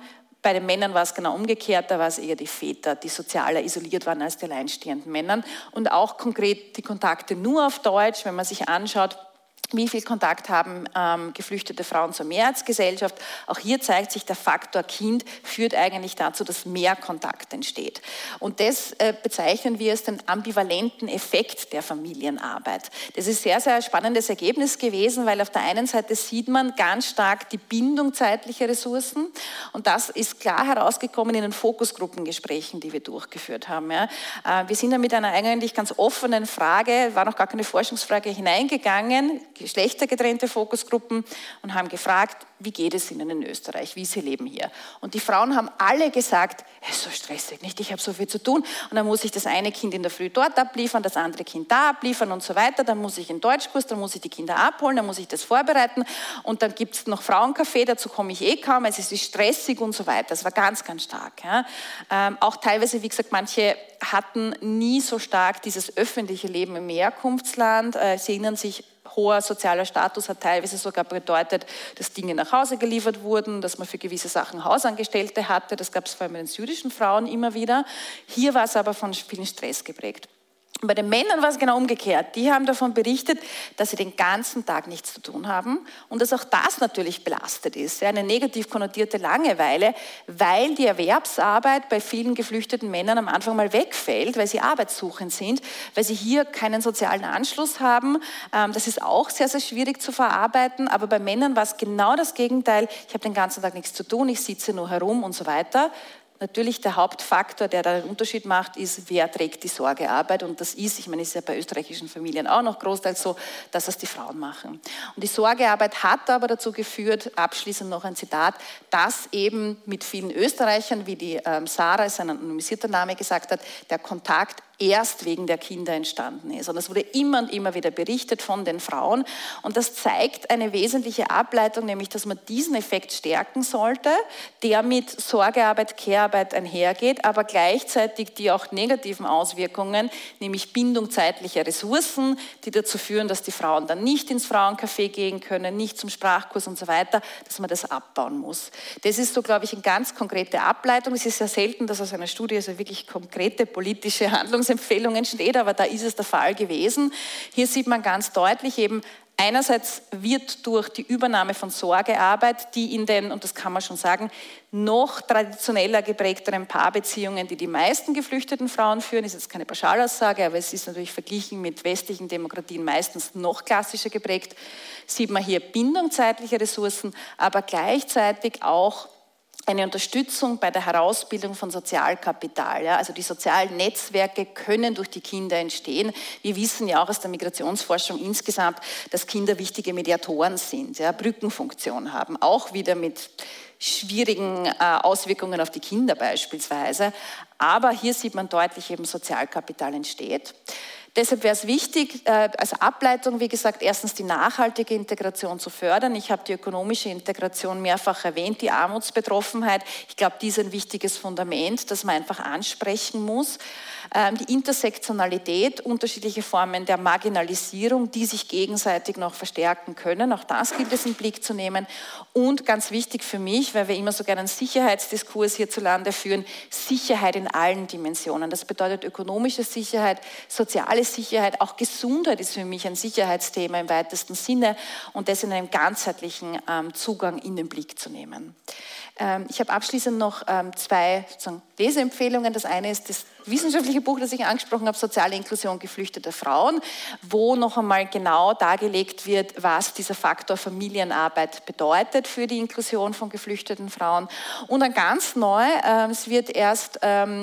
Bei den Männern war es genau umgekehrt, da war es eher die Väter, die sozialer isoliert waren als die alleinstehenden Männer. Und auch konkret die Kontakte nur auf Deutsch, wenn man sich anschaut, wie viel Kontakt haben geflüchtete Frauen zur Mehrheitsgesellschaft. Auch hier zeigt sich, der Faktor Kind führt eigentlich dazu, dass mehr Kontakt entsteht. Und das bezeichnen wir als den ambivalenten Effekt der Familienarbeit. Das ist sehr, sehr spannendes Ergebnis gewesen, weil auf der einen Seite sieht man ganz stark die Bindung zeitlicher Ressourcen. Und das ist klar herausgekommen in den Fokusgruppengesprächen, die wir durchgeführt haben. Ja. Wir sind da mit einer eigentlich ganz offenen Frage, war noch gar keine Forschungsfrage, hineingegangen, geschlechtergetrennte Fokusgruppen, und haben gefragt, wie geht es Ihnen in Österreich, wie Sie leben hier. Und die Frauen haben alle gesagt, es ist so stressig, nicht? Ich habe so viel zu tun und dann muss ich das eine Kind in der Früh dort abliefern, das andere Kind da abliefern und so weiter, dann muss ich in Deutschkurs, dann muss ich die Kinder abholen, dann muss ich das vorbereiten und dann gibt es noch Frauencafé, dazu komme ich eh kaum, es ist stressig und so weiter. Das war ganz, ganz stark. Ja. Auch teilweise, wie gesagt, manche hatten nie so stark dieses öffentliche Leben im Herkunftsland. Sie erinnern sich, hoher sozialer Status hat teilweise sogar bedeutet, dass Dinge nach Hause geliefert wurden, dass man für gewisse Sachen Hausangestellte hatte. Das gab es vor allem bei den syrischen Frauen immer wieder. Hier war es aber von vielen Stress geprägt. Bei den Männern war es genau umgekehrt. Die haben davon berichtet, dass sie den ganzen Tag nichts zu tun haben und dass auch das natürlich belastet ist. Eine negativ konnotierte Langeweile, weil die Erwerbsarbeit bei vielen geflüchteten Männern am Anfang mal wegfällt, weil sie arbeitssuchend sind, weil sie hier keinen sozialen Anschluss haben. Das ist auch sehr, sehr schwierig zu verarbeiten. Aber bei Männern war es genau das Gegenteil. Ich habe den ganzen Tag nichts zu tun, ich sitze nur herum und so weiter. Natürlich der Hauptfaktor, der da den Unterschied macht, ist, wer trägt die Sorgearbeit. Und das ist, ich meine, ist ja bei österreichischen Familien auch noch großteils so, dass das die Frauen machen. Und die Sorgearbeit hat aber dazu geführt, abschließend noch ein Zitat, dass eben mit vielen Österreichern, wie die Sarah, ist ein anonymisierter Name, gesagt hat, der Kontakt erst wegen der Kinder entstanden ist. Und das wurde immer und immer wieder berichtet von den Frauen. Und das zeigt eine wesentliche Ableitung, nämlich, dass man diesen Effekt stärken sollte, der mit Sorgearbeit, Care-Arbeit einhergeht, aber gleichzeitig die auch negativen Auswirkungen, nämlich Bindung zeitlicher Ressourcen, die dazu führen, dass die Frauen dann nicht ins Frauencafé gehen können, nicht zum Sprachkurs und so weiter, dass man das abbauen muss. Das ist so, glaube ich, eine ganz konkrete Ableitung. Es ist sehr selten, dass aus einer Studie also wirklich konkrete politische Handlungsempfehlungen steht, aber da ist es der Fall gewesen. Hier sieht man ganz deutlich eben, einerseits wird durch die Übernahme von Sorgearbeit, die in den, und das kann man schon sagen, noch traditioneller geprägteren Paarbeziehungen, die die meisten geflüchteten Frauen führen, ist jetzt keine Pauschalaussage, aber es ist natürlich verglichen mit westlichen Demokratien meistens noch klassischer geprägt, sieht man hier Bindung zeitlicher Ressourcen, aber gleichzeitig auch eine Unterstützung bei der Herausbildung von Sozialkapital. Ja? Also die sozialen Netzwerke können durch die Kinder entstehen. Wir wissen ja auch aus der Migrationsforschung insgesamt, dass Kinder wichtige Mediatoren sind, ja? Brückenfunktion haben, auch wieder mit schwierigen Auswirkungen auf die Kinder beispielsweise. Aber hier sieht man deutlich, eben Sozialkapital entsteht. Deshalb wäre es wichtig, als Ableitung, wie gesagt, erstens die nachhaltige Integration zu fördern. Ich habe die ökonomische Integration mehrfach erwähnt, die Armutsbetroffenheit. Ich glaube, die ist ein wichtiges Fundament, das man einfach ansprechen muss. Die Intersektionalität, unterschiedliche Formen der Marginalisierung, die sich gegenseitig noch verstärken können. Auch das gilt es im Blick zu nehmen. Und ganz wichtig für mich, weil wir immer so gerne einen Sicherheitsdiskurs hierzulande führen, Sicherheit in allen Dimensionen. Das bedeutet ökonomische Sicherheit, soziale Sicherheit, auch Gesundheit ist für mich ein Sicherheitsthema im weitesten Sinne und das in einem ganzheitlichen Zugang in den Blick zu nehmen. Ich habe abschließend noch zwei Leseempfehlungen. Das eine ist das wissenschaftliche Buch, das ich angesprochen habe, Soziale Inklusion geflüchteter Frauen, wo noch einmal genau dargelegt wird, was dieser Faktor Familienarbeit bedeutet für die Inklusion von geflüchteten Frauen. Und dann ganz neu, es wird erst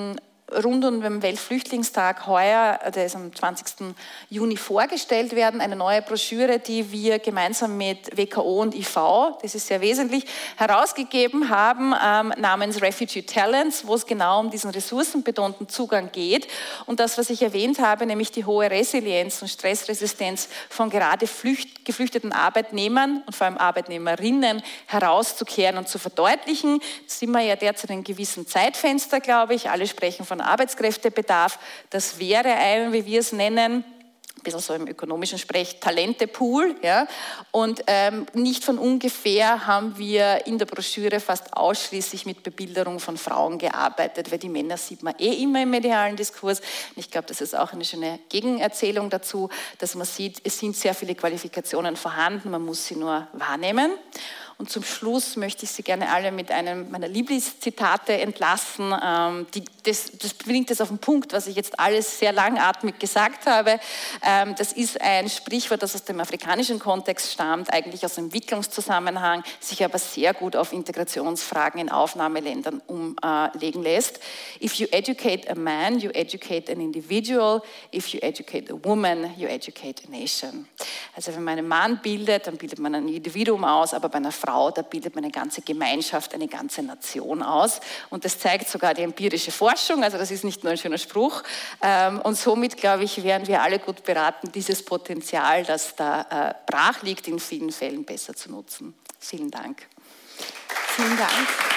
rund um den Weltflüchtlingstag heuer, der ist am 20. Juni vorgestellt werden, eine neue Broschüre, die wir gemeinsam mit WKO und IV, das ist sehr wesentlich, herausgegeben haben, namens Refugee Talents, wo es genau um diesen ressourcenbetonten Zugang geht. Und das, was ich erwähnt habe, nämlich die hohe Resilienz und Stressresistenz von gerade geflüchteten Arbeitnehmern und vor allem Arbeitnehmerinnen herauszukehren und zu verdeutlichen. Da sind wir ja derzeit in einem gewissen Zeitfenster, glaube ich. Alle sprechen von Arbeitskräftebedarf. Das wäre ein, wie wir es nennen, bisschen so im ökonomischen Sprech, Talentepool. Ja? Und nicht von ungefähr haben wir in der Broschüre fast ausschließlich mit Bebilderung von Frauen gearbeitet, weil die Männer sieht man immer im medialen Diskurs. Und ich glaube, das ist auch eine schöne Gegenerzählung dazu, dass man sieht, es sind sehr viele Qualifikationen vorhanden, man muss sie nur wahrnehmen. Und zum Schluss möchte ich Sie gerne alle mit einem meiner Lieblingszitate entlassen. Das bringt es auf den Punkt, was ich jetzt alles sehr langatmig gesagt habe. Das ist ein Sprichwort, das aus dem afrikanischen Kontext stammt, eigentlich aus dem Entwicklungszusammenhang, sich aber sehr gut auf Integrationsfragen in Aufnahmeländern umlegen lässt. If you educate a man, you educate an individual. If you educate a woman, you educate a nation. Also wenn man einen Mann bildet, dann bildet man ein Individuum aus, aber bei einer Frau, da bildet man eine ganze Gemeinschaft, eine ganze Nation aus. Und das zeigt sogar die empirische Forschung, also das ist nicht nur ein schöner Spruch. Und somit, glaube ich, wären wir alle gut beraten, dieses Potenzial, das da brach liegt, in vielen Fällen besser zu nutzen. Vielen Dank. Vielen Dank.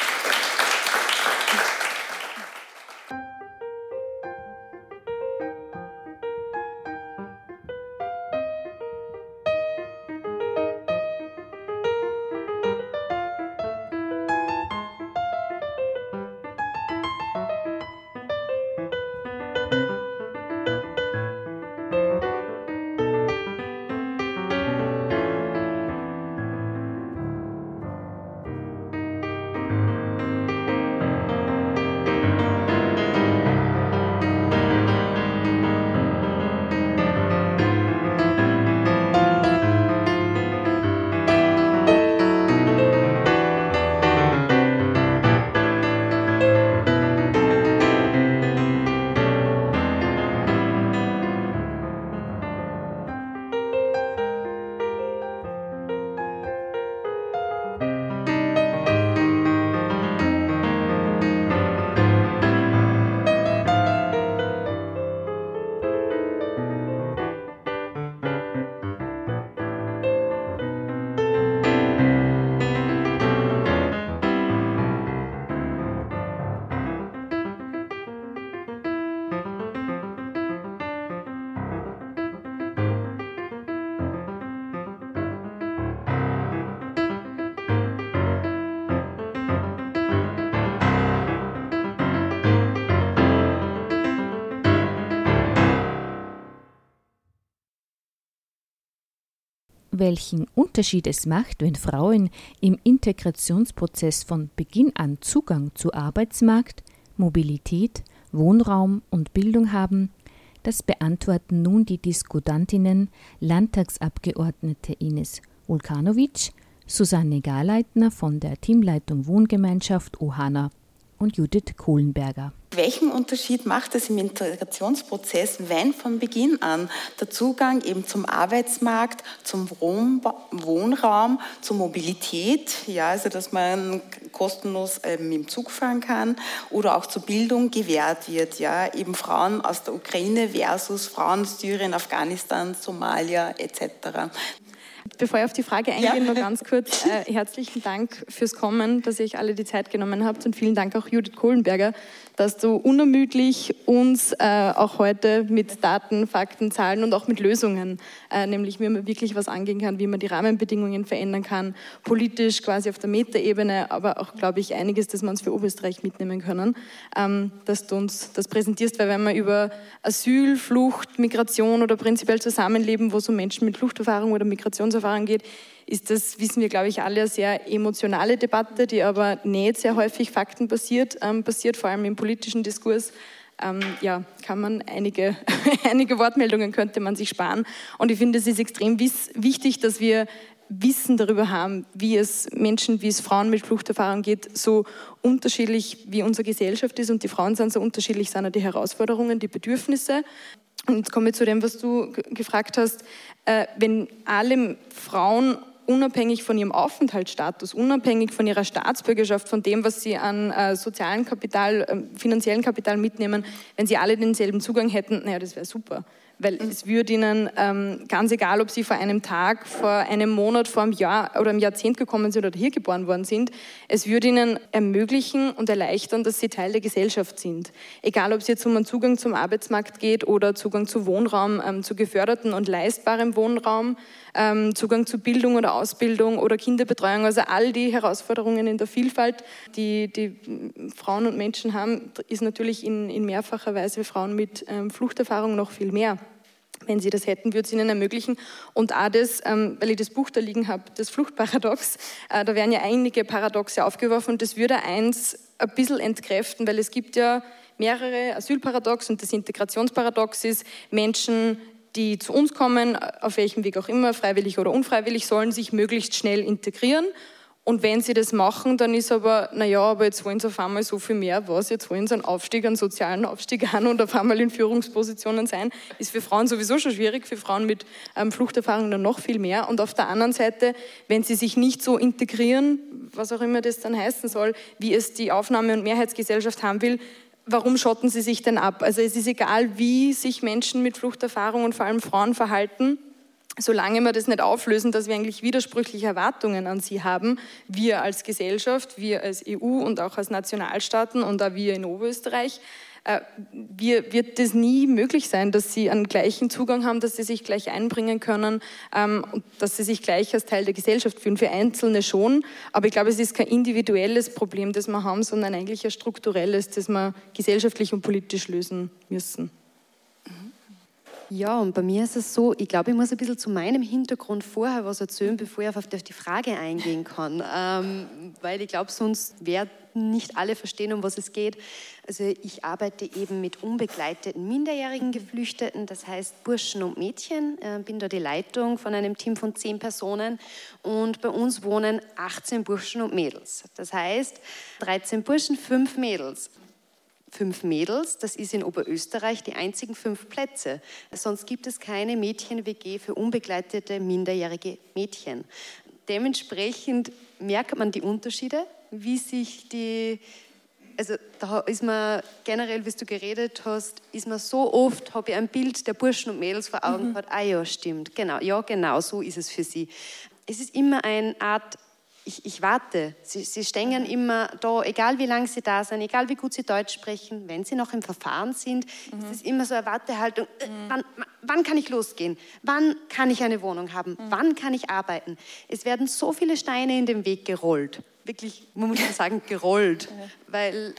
Welchen Unterschied es macht, wenn Frauen im Integrationsprozess von Beginn an Zugang zu Arbeitsmarkt, Mobilität, Wohnraum und Bildung haben, das beantworten nun die Diskutantinnen Landtagsabgeordnete Ines Vulkanovic, Susanne Garleitner von der Teamleitung Wohngemeinschaft Ohana und Judith Kohlenberger. Welchen Unterschied macht es im Integrationsprozess, wenn von Beginn an der Zugang eben zum Arbeitsmarkt, zum Wohnraum, zur Mobilität, ja, also dass man kostenlos im Zug fahren kann, oder auch zur Bildung gewährt wird, ja, eben Frauen aus der Ukraine versus Frauen aus Syrien, Afghanistan, Somalia etc. Bevor ich auf die Frage eingehe, nur ganz kurz herzlichen Dank fürs Kommen, dass ihr euch alle die Zeit genommen habt, und vielen Dank auch Judith Kohlenberger, dass du unermüdlich uns auch heute mit Daten, Fakten, Zahlen und auch mit Lösungen, nämlich wie man wirklich was angehen kann, wie man die Rahmenbedingungen verändern kann, politisch quasi auf der Metaebene, aber auch, glaube ich, einiges, das wir uns für Oberösterreich mitnehmen können, dass du uns das präsentierst, weil wenn man über Asyl, Flucht, Migration oder prinzipiell Zusammenleben, wo es um Menschen mit Fluchterfahrung oder Migrationserfahrung geht, ist das, wissen wir, glaube ich, alle, eine sehr emotionale Debatte, die aber nicht sehr häufig faktenbasiert passiert, vor allem im politischen Diskurs. Ja, kann man einige Wortmeldungen könnte man sich sparen. Und ich finde, es ist extrem wichtig, dass wir Wissen darüber haben, wie es Menschen, wie es Frauen mit Fluchterfahrung geht, so unterschiedlich wie unsere Gesellschaft ist, und die Frauen sind so unterschiedlich, sind auch die Herausforderungen, die Bedürfnisse. Und jetzt komme ich zu dem, was du gefragt hast. Wenn alle Frauen unabhängig von ihrem Aufenthaltsstatus, unabhängig von ihrer Staatsbürgerschaft, von dem, was sie an sozialem Kapital, finanziellem Kapital mitnehmen, wenn sie alle denselben Zugang hätten, naja, das wäre super. weil es würde ihnen, ganz egal, ob sie vor einem Tag, vor einem Monat, vor einem Jahr oder einem Jahrzehnt gekommen sind oder hier geboren worden sind, es würde ihnen ermöglichen und erleichtern, dass sie Teil der Gesellschaft sind. Egal, ob es jetzt um einen Zugang zum Arbeitsmarkt geht oder Zugang zu Wohnraum, zu geförderten und leistbarem Wohnraum, Zugang zu Bildung oder Ausbildung oder Kinderbetreuung, also all die Herausforderungen in der Vielfalt, die Frauen und Menschen haben, ist natürlich in mehrfacher Weise Frauen mit Fluchterfahrung noch viel mehr. Wenn sie das hätten, würde es ihnen ermöglichen. Und auch das, weil ich das Buch da liegen habe, das Fluchtparadox, da werden ja einige Paradoxe aufgeworfen und das würde eins ein bisschen entkräften, weil es gibt ja mehrere Asylparadox und das Integrationsparadox ist, Menschen, die zu uns kommen, auf welchem Weg auch immer, freiwillig oder unfreiwillig, sollen sich möglichst schnell integrieren. Und wenn sie das machen, dann ist aber, aber jetzt wollen sie auf einmal so viel mehr, was? Jetzt wollen sie einen Aufstieg, einen sozialen Aufstieg an und auf einmal in Führungspositionen sein. Ist für Frauen sowieso schon schwierig, für Frauen mit Fluchterfahrung dann noch viel mehr. Und auf der anderen Seite, wenn sie sich nicht so integrieren, was auch immer das dann heißen soll, wie es die Aufnahme- und Mehrheitsgesellschaft haben will, warum schotten sie sich denn ab? Also es ist egal, wie sich Menschen mit Fluchterfahrung und vor allem Frauen verhalten, solange wir das nicht auflösen, dass wir eigentlich widersprüchliche Erwartungen an sie haben, wir als Gesellschaft, wir als EU und auch als Nationalstaaten und auch wir in Oberösterreich, wird das nie möglich sein, dass sie einen gleichen Zugang haben, dass sie sich gleich einbringen können und dass sie sich gleich als Teil der Gesellschaft fühlen. Für Einzelne schon, aber ich glaube, es ist kein individuelles Problem, das wir haben, sondern eigentlich ein strukturelles, das wir gesellschaftlich und politisch lösen müssen. Ja, und bei mir ist es so, ich glaube, ich muss ein bisschen zu meinem Hintergrund vorher was erzählen, bevor ich auf die Frage eingehen kann. Weil ich glaube, sonst werden nicht alle verstehen, um was es geht. Also ich arbeite eben mit unbegleiteten minderjährigen Geflüchteten, das heißt Burschen und Mädchen. Bin da die Leitung von einem Team von 10 Personen und bei uns wohnen 18 Burschen und Mädels. Das heißt 13 Burschen, 5 Mädels. 5 Mädels, das ist in Oberösterreich die einzigen 5 Plätze. Sonst gibt es keine Mädchen-WG für unbegleitete minderjährige Mädchen. Dementsprechend merkt man die Unterschiede, wie sich also da ist man generell, wie du geredet hast, ist man so oft, habe ich ein Bild der Burschen und Mädels vor Augen gehabt, ja, stimmt, genau, so ist es für sie. Es ist immer eine Art, ich warte. Sie stehen immer da, egal wie lange sie da sind, egal wie gut sie Deutsch sprechen, wenn sie noch im Verfahren sind, ist es immer so eine Wartehaltung. Wann kann ich losgehen? Wann kann ich eine Wohnung haben? Wann kann ich arbeiten? Es werden so viele Steine in den Weg gerollt. Wirklich, man muss sagen, gerollt. Weil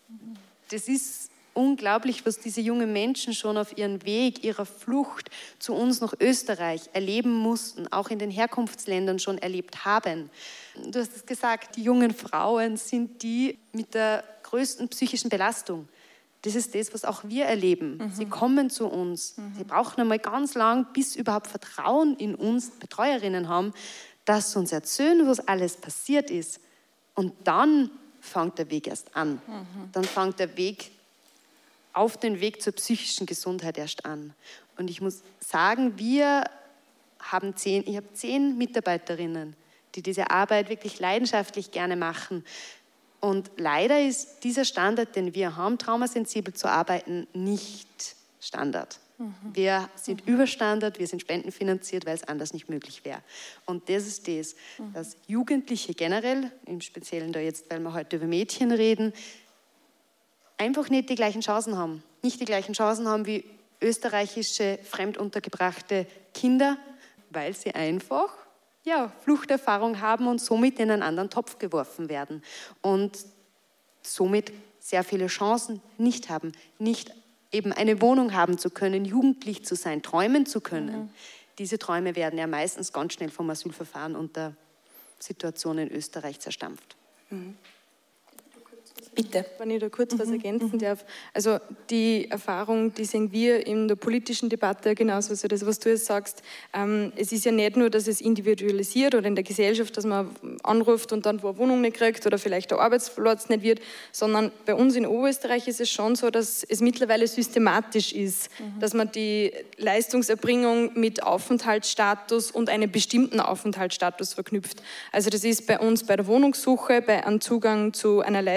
das ist unglaublich, was diese jungen Menschen schon auf ihrem Weg, ihrer Flucht zu uns nach Österreich erleben mussten, auch in den Herkunftsländern schon erlebt haben. Du hast es gesagt, die jungen Frauen sind die mit der größten psychischen Belastung. Das ist das, was auch wir erleben. Sie kommen zu uns. Sie brauchen einmal ganz lang, bis überhaupt Vertrauen in uns Betreuerinnen haben, dass sie uns erzählen, was alles passiert ist. Und dann fängt der Weg erst an. Dann fängt der Weg auf den Weg zur psychischen Gesundheit erst an. Und ich muss sagen, ich habe 10 Mitarbeiterinnen, die diese Arbeit wirklich leidenschaftlich gerne machen. Und leider ist dieser Standard, den wir haben, traumasensibel zu arbeiten, nicht Standard. Wir sind Überstandard, wir sind spendenfinanziert, weil es anders nicht möglich wäre. Und das ist das, dass Jugendliche generell, im Speziellen da jetzt, weil wir heute über Mädchen reden, einfach nicht die gleichen Chancen haben. Nicht die gleichen Chancen haben wie österreichische fremduntergebrachte Kinder, weil sie einfach Fluchterfahrung haben und somit in einen anderen Topf geworfen werden. Und somit sehr viele Chancen nicht haben. Nicht eben eine Wohnung haben zu können, jugendlich zu sein, träumen zu können. Diese Träume werden ja meistens ganz schnell vom Asylverfahren und der Situation in Österreich zerstampft. Bitte. Wenn ich da kurz was ergänzen darf. Also die Erfahrung, die sehen wir in der politischen Debatte genauso. Also das, was du jetzt sagst, es ist ja nicht nur, dass es individualisiert oder in der Gesellschaft, dass man anruft und dann wo eine Wohnung nicht kriegt oder vielleicht der Arbeitsplatz nicht wird, sondern bei uns in Oberösterreich ist es schon so, dass es mittlerweile systematisch ist, dass man die Leistungserbringung mit Aufenthaltsstatus und einem bestimmten Aufenthaltsstatus verknüpft. Also das ist bei uns bei der Wohnungssuche, bei einem Zugang zu einer leistbaren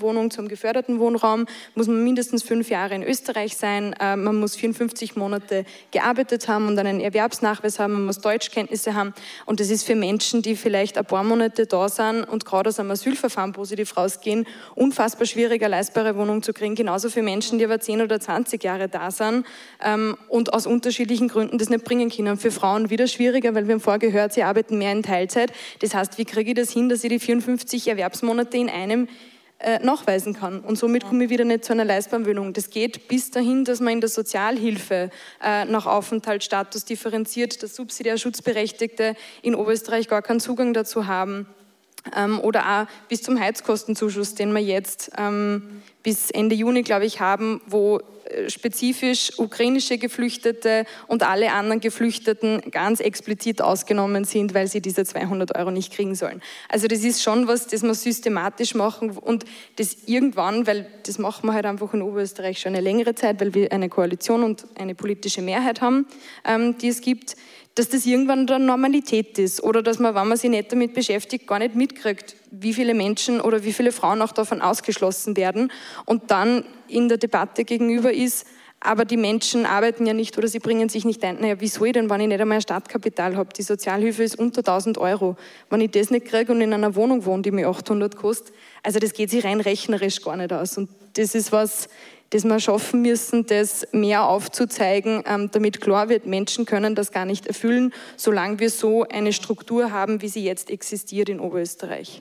Leistbarenwohnung zum geförderten Wohnraum muss man mindestens 5 Jahre in Österreich sein, man muss 54 Monate gearbeitet haben und einen Erwerbsnachweis haben, man muss Deutschkenntnisse haben und das ist für Menschen, die vielleicht ein paar Monate da sind und gerade aus einem Asylverfahren positiv rausgehen, unfassbar schwierig, eine leistbare Wohnung zu kriegen, genauso für Menschen, die aber 10 oder 20 Jahre da sind und aus unterschiedlichen Gründen das nicht bringen können. Für Frauen wieder schwieriger, weil wir haben vorher gehört, sie arbeiten mehr in Teilzeit. Das heißt, wie kriege ich das hin, dass ich die 54 Erwerbsmonate in einem nachweisen kann. Und somit komme ich wieder nicht zu einer leistbaren Wohnung. Das geht bis dahin, dass man in der Sozialhilfe nach Aufenthaltsstatus differenziert, dass subsidiär Schutzberechtigte in Oberösterreich gar keinen Zugang dazu haben. Oder auch bis zum Heizkostenzuschuss, den wir jetzt bis Ende Juni, glaube ich, haben, wo spezifisch ukrainische Geflüchtete und alle anderen Geflüchteten ganz explizit ausgenommen sind, weil sie diese 200 € nicht kriegen sollen. Also das ist schon was, das wir systematisch machen und das irgendwann, weil das machen wir halt einfach in Oberösterreich schon eine längere Zeit, weil wir eine Koalition und eine politische Mehrheit haben, die es gibt, dass das irgendwann dann Normalität ist oder dass man, wenn man sich nicht damit beschäftigt, gar nicht mitkriegt, wie viele Menschen oder wie viele Frauen auch davon ausgeschlossen werden und dann in der Debatte gegenüber ist, aber die Menschen arbeiten ja nicht oder sie bringen sich nicht ein. Naja, wie soll ich denn, wenn ich nicht einmal ein Startkapital habe? Die Sozialhilfe ist unter 1.000 €. Wenn ich das nicht kriege und in einer Wohnung wohne, die mir 800 kostet, also das geht sich rein rechnerisch gar nicht aus. Und das ist was, das wir schaffen müssen, das mehr aufzuzeigen, damit klar wird, Menschen können das gar nicht erfüllen, solange wir so eine Struktur haben, wie sie jetzt existiert in Oberösterreich.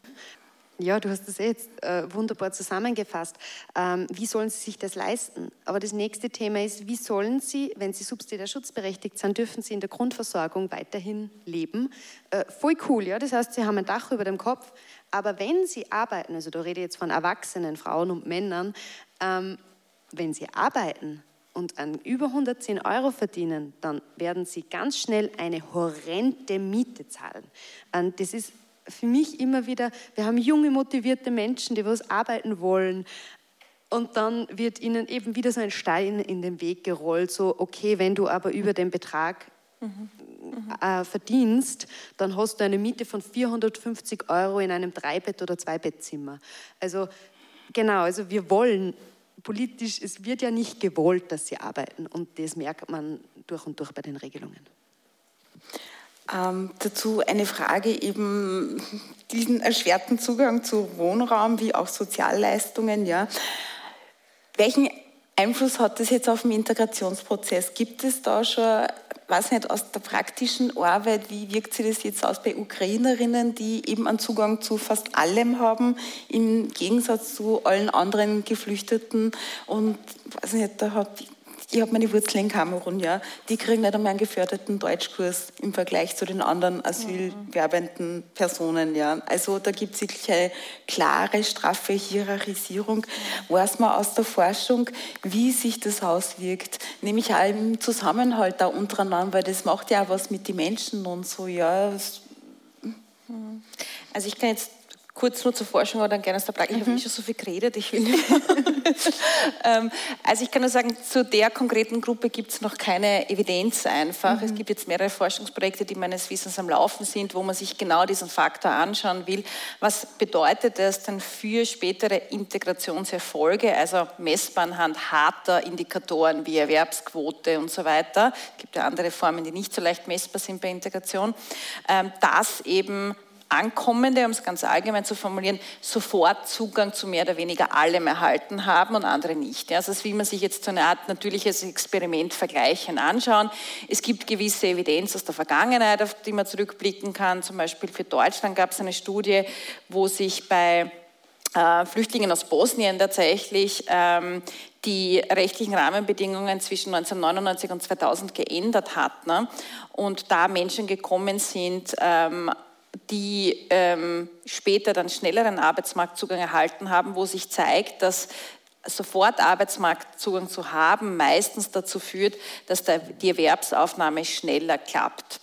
Ja, du hast das jetzt wunderbar zusammengefasst. Wie sollen sie sich das leisten? Aber das nächste Thema ist, wie sollen sie, wenn sie subsidiär schutzberechtigt sind, dürfen sie in der Grundversorgung weiterhin leben? Voll cool, ja. Das heißt, sie haben ein Dach über dem Kopf. Aber wenn sie arbeiten, also da rede ich jetzt von erwachsenen Frauen und Männern, wenn sie arbeiten und an über 110 € verdienen, dann werden sie ganz schnell eine horrende Miete zahlen. Und das ist für mich immer wieder, wir haben junge, motivierte Menschen, die was arbeiten wollen und dann wird ihnen eben wieder so ein Stein in den Weg gerollt, so okay, wenn du aber über den Betrag verdienst, dann hast du eine Miete von 450 € in einem 3-Bett- oder 2-Bettzimmer. Also genau, also wir wollen politisch, es wird ja nicht gewollt, dass sie arbeiten und das merkt man durch und durch bei den Regelungen. Dazu eine Frage, eben diesen erschwerten Zugang zu Wohnraum wie auch Sozialleistungen. Ja. Welchen Einfluss hat das jetzt auf den Integrationsprozess? Gibt es da schon, weiß nicht, aus der praktischen Arbeit, wie wirkt sich das jetzt aus bei Ukrainerinnen, die eben einen Zugang zu fast allem haben, im Gegensatz zu allen anderen Geflüchteten? Und weiß nicht, ich habe meine Wurzeln in Kamerun, ja. Die kriegen nicht einmal einen geförderten Deutschkurs im Vergleich zu den anderen asylwerbenden Personen, ja. Also da gibt es wirklich eine klare, straffe Hierarchisierung. Weiß man aus der Forschung, wie sich das auswirkt, nämlich auch im Zusammenhalt da untereinander, weil das macht ja auch was mit den Menschen und so, ja. Also ich kann jetzt kurz nur zur Forschung oder dann gerne aus der Praxis. Ich habe schon so viel geredet, ich will nicht. Also ich kann nur sagen, zu der konkreten Gruppe gibt es noch keine Evidenz einfach. Es gibt jetzt mehrere Forschungsprojekte, die meines Wissens am Laufen sind, wo man sich genau diesen Faktor anschauen will. Was bedeutet das denn für spätere Integrationserfolge, also messbar anhand harter Indikatoren wie Erwerbsquote und so weiter. Es gibt ja andere Formen, die nicht so leicht messbar sind bei Integration, dass eben Ankommende, um es ganz allgemein zu formulieren, sofort Zugang zu mehr oder weniger allem erhalten haben und andere nicht. Ja, also das will man sich jetzt so eine Art natürliches Experiment vergleichen anschauen. Es gibt gewisse Evidenz aus der Vergangenheit, auf die man zurückblicken kann. Zum Beispiel für Deutschland gab es eine Studie, wo sich bei Flüchtlingen aus Bosnien tatsächlich die rechtlichen Rahmenbedingungen zwischen 1999 und 2000 geändert hat, ne? Und da Menschen gekommen sind, die später dann schnelleren Arbeitsmarktzugang erhalten haben, wo sich zeigt, dass sofort Arbeitsmarktzugang zu haben meistens dazu führt, dass die Erwerbsaufnahme schneller klappt.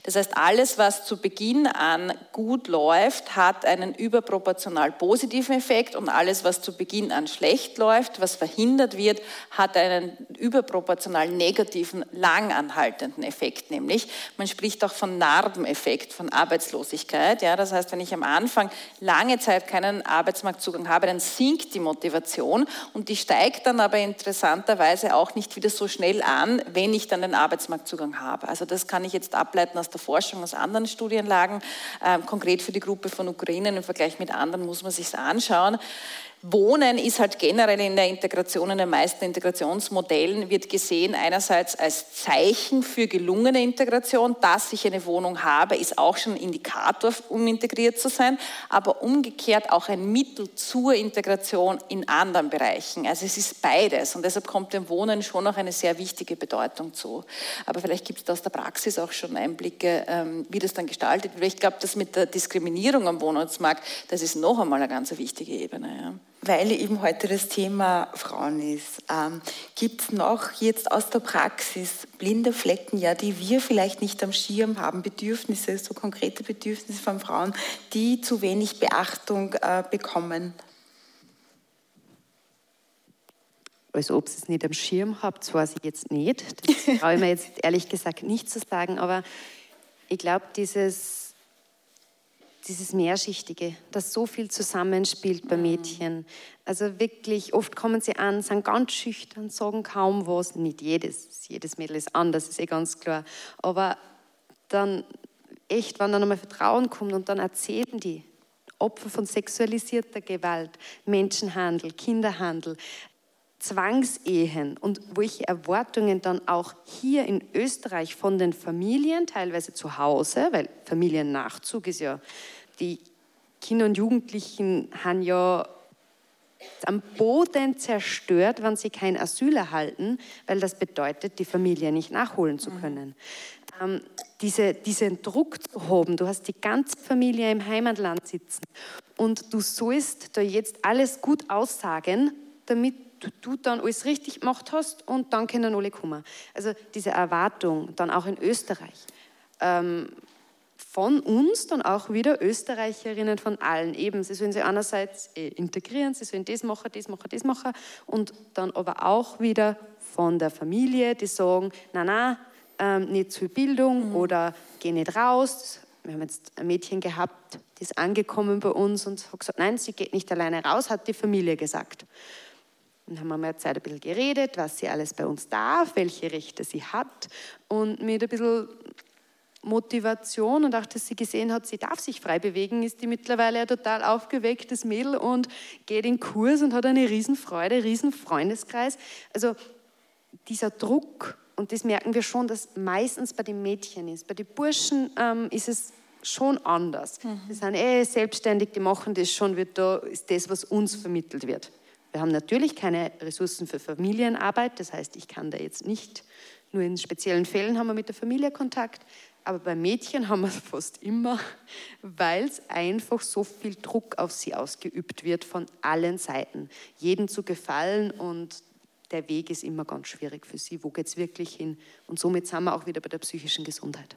Das heißt, alles, was zu Beginn an gut läuft, hat einen überproportional positiven Effekt und alles, was zu Beginn an schlecht läuft, was verhindert wird, hat einen überproportional negativen, langanhaltenden Effekt. Nämlich, man spricht auch von Narbeneffekt, von Arbeitslosigkeit. Ja, das heißt, wenn ich am Anfang lange Zeit keinen Arbeitsmarktzugang habe, dann sinkt die Motivation und die steigt dann aber interessanterweise auch nicht wieder so schnell an, wenn ich dann den Arbeitsmarktzugang habe. Also das kann ich jetzt ableiten aus der Forschung, aus anderen Studienlagen. Konkret für die Gruppe von Ukrainern im Vergleich mit anderen muss man sich das anschauen. Wohnen ist halt generell in der Integration, in den meisten Integrationsmodellen, wird gesehen einerseits als Zeichen für gelungene Integration. Dass ich eine Wohnung habe, ist auch schon ein Indikator, um integriert zu sein, aber umgekehrt auch ein Mittel zur Integration in anderen Bereichen. Also es ist beides und deshalb kommt dem Wohnen schon noch eine sehr wichtige Bedeutung zu. Aber vielleicht gibt es da aus der Praxis auch schon Einblicke, wie das dann gestaltet wird. Ich glaube, das mit der Diskriminierung am Wohnortsmarkt, das ist noch einmal eine ganz wichtige Ebene. Ja. Weil eben heute das Thema Frauen ist, gibt es noch jetzt aus der Praxis blinde Flecken, ja, die wir vielleicht nicht am Schirm haben, Bedürfnisse, so konkrete Bedürfnisse von Frauen, die zu wenig Beachtung bekommen? Also ob ihr es nicht am Schirm habt, das weiß ich jetzt nicht. Das traue ich mir jetzt ehrlich gesagt nicht zu sagen, aber ich glaube, dieses Mehrschichtige, das so viel zusammenspielt bei Mädchen. Also wirklich, oft kommen sie an, sind ganz schüchtern, sagen kaum was. Nicht jedes Mädel ist anders, ist ganz klar. Aber dann echt, wenn dann einmal Vertrauen kommt und dann erzählen die Opfer von sexualisierter Gewalt, Menschenhandel, Kinderhandel, Zwangsehen und welche Erwartungen dann auch hier in Österreich von den Familien, teilweise zu Hause, weil Familiennachzug ist ja, die Kinder und Jugendlichen haben ja am Boden zerstört, wenn sie kein Asyl erhalten, weil das bedeutet, die Familie nicht nachholen zu können. Diesen Druck zu haben, du hast die ganze Familie im Heimatland sitzen und du sollst da jetzt alles gut aussagen, damit du dann alles richtig gemacht hast und dann können alle kommen. Also diese Erwartung, dann auch in Österreich, von uns dann auch wieder Österreicherinnen von allen. Eben, sie sollen sich einerseits integrieren, sie sollen das machen und dann aber auch wieder von der Familie, die sagen, nein, nicht zu viel Bildung oder geh nicht raus. Wir haben jetzt ein Mädchen gehabt, die ist angekommen bei uns und hat gesagt, nein, sie geht nicht alleine raus, hat die Familie gesagt. Dann haben wir mal eine Zeit ein bisschen geredet, was sie alles bei uns darf, welche Rechte sie hat und mit ein bisschen Motivation und auch, dass sie gesehen hat, sie darf sich frei bewegen, ist die mittlerweile ein total aufgewecktes Mädel und geht in Kurs und hat eine Riesenfreude, riesen Freundeskreis. Also dieser Druck, und das merken wir schon, dass meistens bei den Mädchen ist. Bei den Burschen ist es schon anders. Die sind selbstständig, die machen das schon, ist das, was uns vermittelt wird. Wir haben natürlich keine Ressourcen für Familienarbeit, das heißt, ich kann da jetzt nicht, nur in speziellen Fällen haben wir mit der Familie Kontakt, aber bei Mädchen haben wir es fast immer, weil es einfach so viel Druck auf sie ausgeübt wird von allen Seiten, jedem zu gefallen und der Weg ist immer ganz schwierig für sie, wo geht es wirklich hin? Und somit sind wir auch wieder bei der psychischen Gesundheit.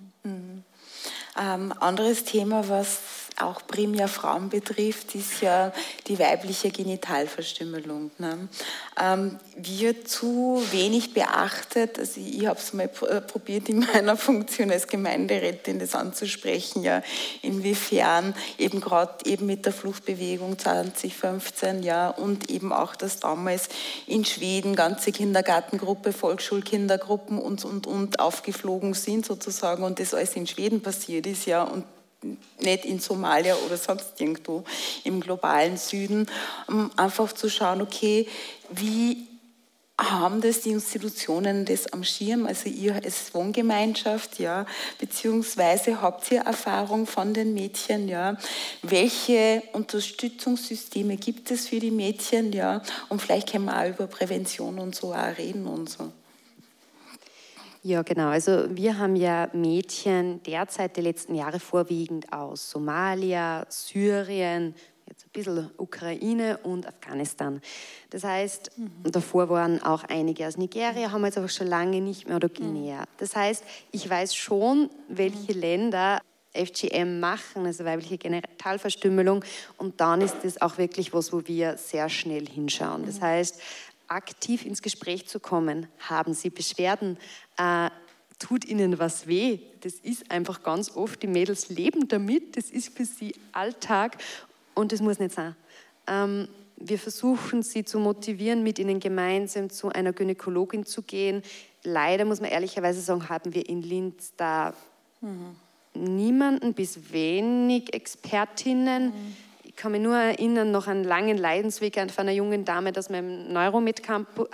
Anderes Thema, was auch primär Frauen betrifft, ist ja die weibliche Genitalverstümmelung. Ne? Wird zu wenig beachtet. Also ich habe es mal probiert, in meiner Funktion als Gemeinderätin das anzusprechen, ja, inwiefern eben gerade eben mit der Fluchtbewegung 2015, ja, und eben auch, dass damals in Schweden ganze Kindergartengruppe, Volksschulkindergruppen und aufgeflogen sind sozusagen und das alles in Schweden passiert ist, ja, und nicht in Somalia oder sonst irgendwo im globalen Süden, um einfach zu schauen, okay, wie haben das die Institutionen das am Schirm, also ihr als Wohngemeinschaft, ja, beziehungsweise habt ihr Erfahrung von den Mädchen, ja, welche Unterstützungssysteme gibt es für die Mädchen, ja, und vielleicht können wir auch über Prävention und so auch reden und so. Ja, genau. Also wir haben ja Mädchen derzeit die letzten Jahre vorwiegend aus Somalia, Syrien, jetzt ein bisschen Ukraine und Afghanistan. Das heißt, davor waren auch einige aus Nigeria, haben wir jetzt aber schon lange nicht mehr, oder Guinea. Das heißt, ich weiß schon, welche Länder FGM machen, also weibliche Genitalverstümmelung, und dann ist das auch wirklich was, wo wir sehr schnell hinschauen. Das heißt, aktiv ins Gespräch zu kommen, haben Sie Beschwerden, tut Ihnen was weh, das ist einfach ganz oft, die Mädels leben damit, das ist für sie Alltag und das muss nicht sein. Wir versuchen, sie zu motivieren, mit ihnen gemeinsam zu einer Gynäkologin zu gehen. Leider, muss man ehrlicherweise sagen, haben wir in Linz da niemanden bis wenig Expertinnen. Ich kann mich nur erinnern, noch einen langen Leidensweg von einer jungen Dame, dass wir im Neuromed-Campus,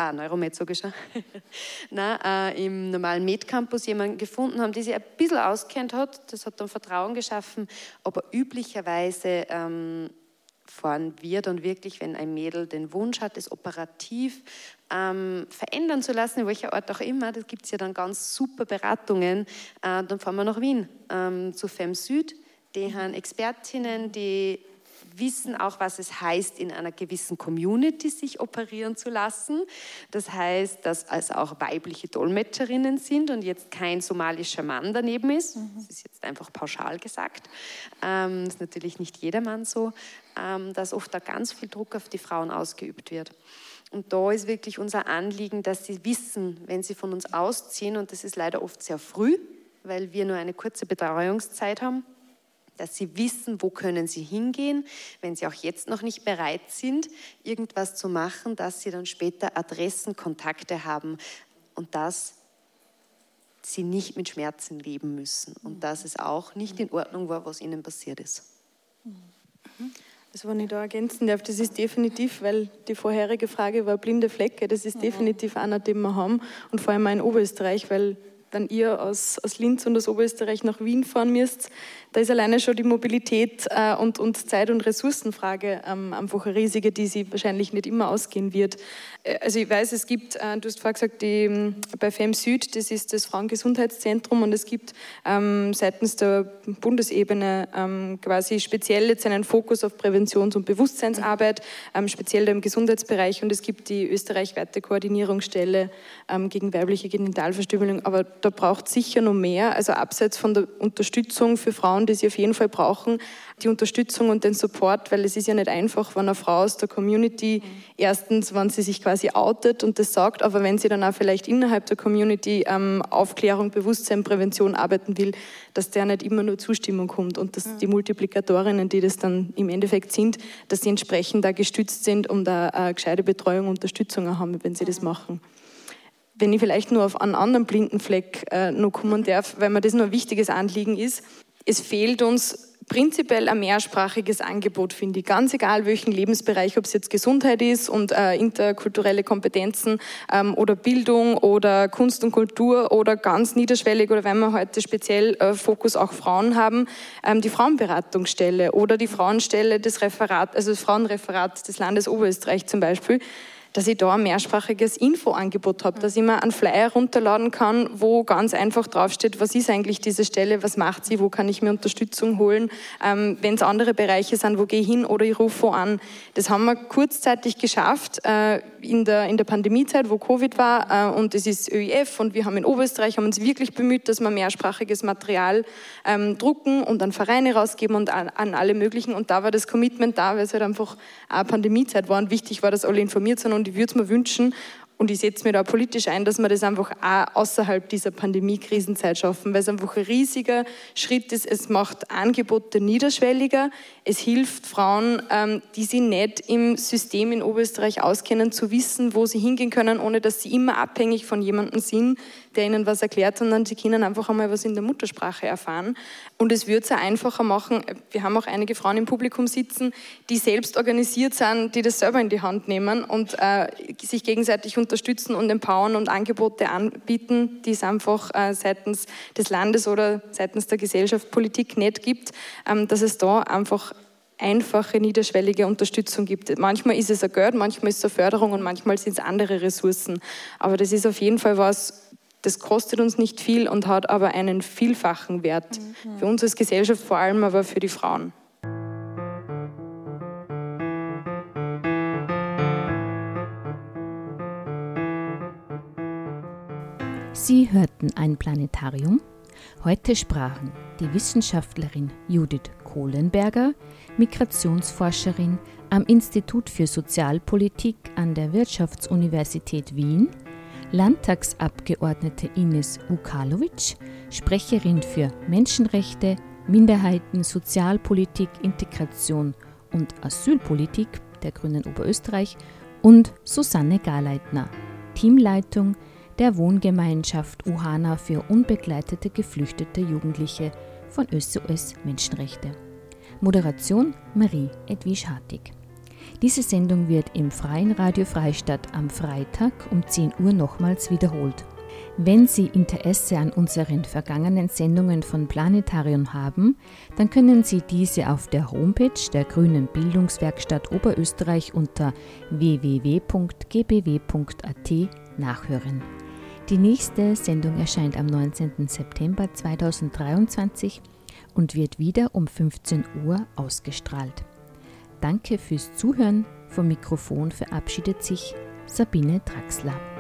im normalen Med-Campus jemanden gefunden haben, die sich ein bisschen auskennt hat. Das hat dann Vertrauen geschaffen, aber üblicherweise fahren wir dann wirklich, wenn ein Mädel den Wunsch hat, es operativ verändern zu lassen, in welcher Art auch immer, da gibt es ja dann ganz super Beratungen, dann fahren wir nach Wien zu FemSüd. Die haben Expertinnen, die wissen auch, was es heißt, in einer gewissen Community sich operieren zu lassen. Das heißt, dass also auch weibliche Dolmetscherinnen sind und jetzt kein somalischer Mann daneben ist. Das ist jetzt einfach pauschal gesagt. Das ist natürlich nicht jedermann so, dass oft da ganz viel Druck auf die Frauen ausgeübt wird. Und da ist wirklich unser Anliegen, dass sie wissen, wenn sie von uns ausziehen, und das ist leider oft sehr früh, weil wir nur eine kurze Betreuungszeit haben, dass sie wissen, wo können sie hingehen, wenn sie auch jetzt noch nicht bereit sind, irgendwas zu machen, dass sie dann später Adressen, Kontakte haben und dass sie nicht mit Schmerzen leben müssen und dass es auch nicht in Ordnung war, was ihnen passiert ist. Also wenn ich da ergänzen darf, das ist definitiv, weil die vorherige Frage war blinde Flecke, das ist definitiv einer, den wir haben und vor allem auch in Oberösterreich, weil wenn ihr aus Linz und aus Oberösterreich nach Wien fahren müsst, da ist alleine schon die Mobilität und Zeit- und Ressourcenfrage einfach eine riesige, die sich wahrscheinlich nicht immer ausgehen wird. Also ich weiß, es gibt, du hast vorher gesagt, bei FemSüd, das ist das Frauengesundheitszentrum, und es gibt seitens der Bundesebene quasi speziell jetzt einen Fokus auf Präventions- und Bewusstseinsarbeit, speziell im Gesundheitsbereich, und es gibt die österreichweite Koordinierungsstelle gegen weibliche Genitalverstümmelung, aber da braucht es sicher noch mehr, also abseits von der Unterstützung für Frauen, die sie auf jeden Fall brauchen, die Unterstützung und den Support, weil es ist ja nicht einfach, wenn eine Frau aus der Community, erstens, wenn sie sich quasi outet und das sagt, aber wenn sie dann auch vielleicht innerhalb der Community Aufklärung, Bewusstsein, Prävention arbeiten will, dass der nicht immer nur Zustimmung kommt und dass die Multiplikatorinnen, die das dann im Endeffekt sind, dass sie entsprechend da gestützt sind und da gescheite Betreuung und Unterstützung haben, wenn sie das machen. Wenn ich vielleicht nur auf einen anderen blinden Fleck noch kommen darf, weil mir das nur ein wichtiges Anliegen ist, es fehlt uns prinzipiell ein mehrsprachiges Angebot, finde ich. Ganz egal, welchen Lebensbereich, ob es jetzt Gesundheit ist und interkulturelle Kompetenzen oder Bildung oder Kunst und Kultur oder ganz niederschwellig, oder wenn wir heute speziell Fokus auch Frauen haben, die Frauenberatungsstelle oder die Frauenstelle des Referats, also das Frauenreferat des Landes Oberösterreich zum Beispiel, dass ich da ein mehrsprachiges Infoangebot habe, dass ich mir einen Flyer runterladen kann, wo ganz einfach draufsteht, was ist eigentlich diese Stelle, was macht sie, wo kann ich mir Unterstützung holen, wenn es andere Bereiche sind, wo gehe ich hin oder ich rufe wo an. Das haben wir kurzzeitig geschafft in der Pandemiezeit, wo Covid war, und es ist ÖIF und wir haben in Oberösterreich haben uns wirklich bemüht, dass wir mehrsprachiges Material drucken und an Vereine rausgeben und an alle möglichen, und da war das Commitment da, weil es halt einfach eine Pandemiezeit war und wichtig war, dass alle informiert sind. Und ich würde es mir wünschen, und ich setze mir da politisch ein, dass wir das einfach auch außerhalb dieser Pandemie-Krisenzeit schaffen, weil es einfach ein riesiger Schritt ist. Es macht Angebote niederschwelliger. Es hilft Frauen, die sich nicht im System in Oberösterreich auskennen, zu wissen, wo sie hingehen können, ohne dass sie immer abhängig von jemandem sind, der ihnen was erklärt, sondern sie können einfach einmal was in der Muttersprache erfahren. Und es wird es auch einfacher machen. Wir haben auch einige Frauen im Publikum sitzen, die selbst organisiert sind, die das selber in die Hand nehmen und sich gegenseitig unterstützen und empowern und Angebote anbieten, die es einfach seitens des Landes oder seitens der Gesellschaft, Politik nicht gibt, dass es da einfach einfache, niederschwellige Unterstützung gibt. Manchmal ist es ein Geld, manchmal ist es eine Förderung und manchmal sind es andere Ressourcen. Aber das ist auf jeden Fall was, das kostet uns nicht viel und hat aber einen vielfachen Wert. Für uns als Gesellschaft vor allem, aber für die Frauen. Sie hörten ein Planetarium. Heute sprachen die Wissenschaftlerin Judith Kohlenberger, Migrationsforscherin am Institut für Sozialpolitik an der Wirtschaftsuniversität Wien, Landtagsabgeordnete Ines Vukalovic, Sprecherin für Menschenrechte, Minderheiten, Sozialpolitik, Integration und Asylpolitik der Grünen Oberösterreich und Susanne Garleitner, Teamleitung der Wohngemeinschaft Uhana für unbegleitete geflüchtete Jugendliche von SOS Menschenrechte. Moderation Marie Edwisch-Hartig. Diese Sendung wird im Freien Radio Freistadt am Freitag um 10 Uhr nochmals wiederholt. Wenn Sie Interesse an unseren vergangenen Sendungen von Planetarium haben, dann können Sie diese auf der Homepage der Grünen Bildungswerkstatt Oberösterreich unter www.gbw.at nachhören. Die nächste Sendung erscheint am 19. September 2023 und wird wieder um 15 Uhr ausgestrahlt. Danke fürs Zuhören. Vom Mikrofon verabschiedet sich Sabine Draxler.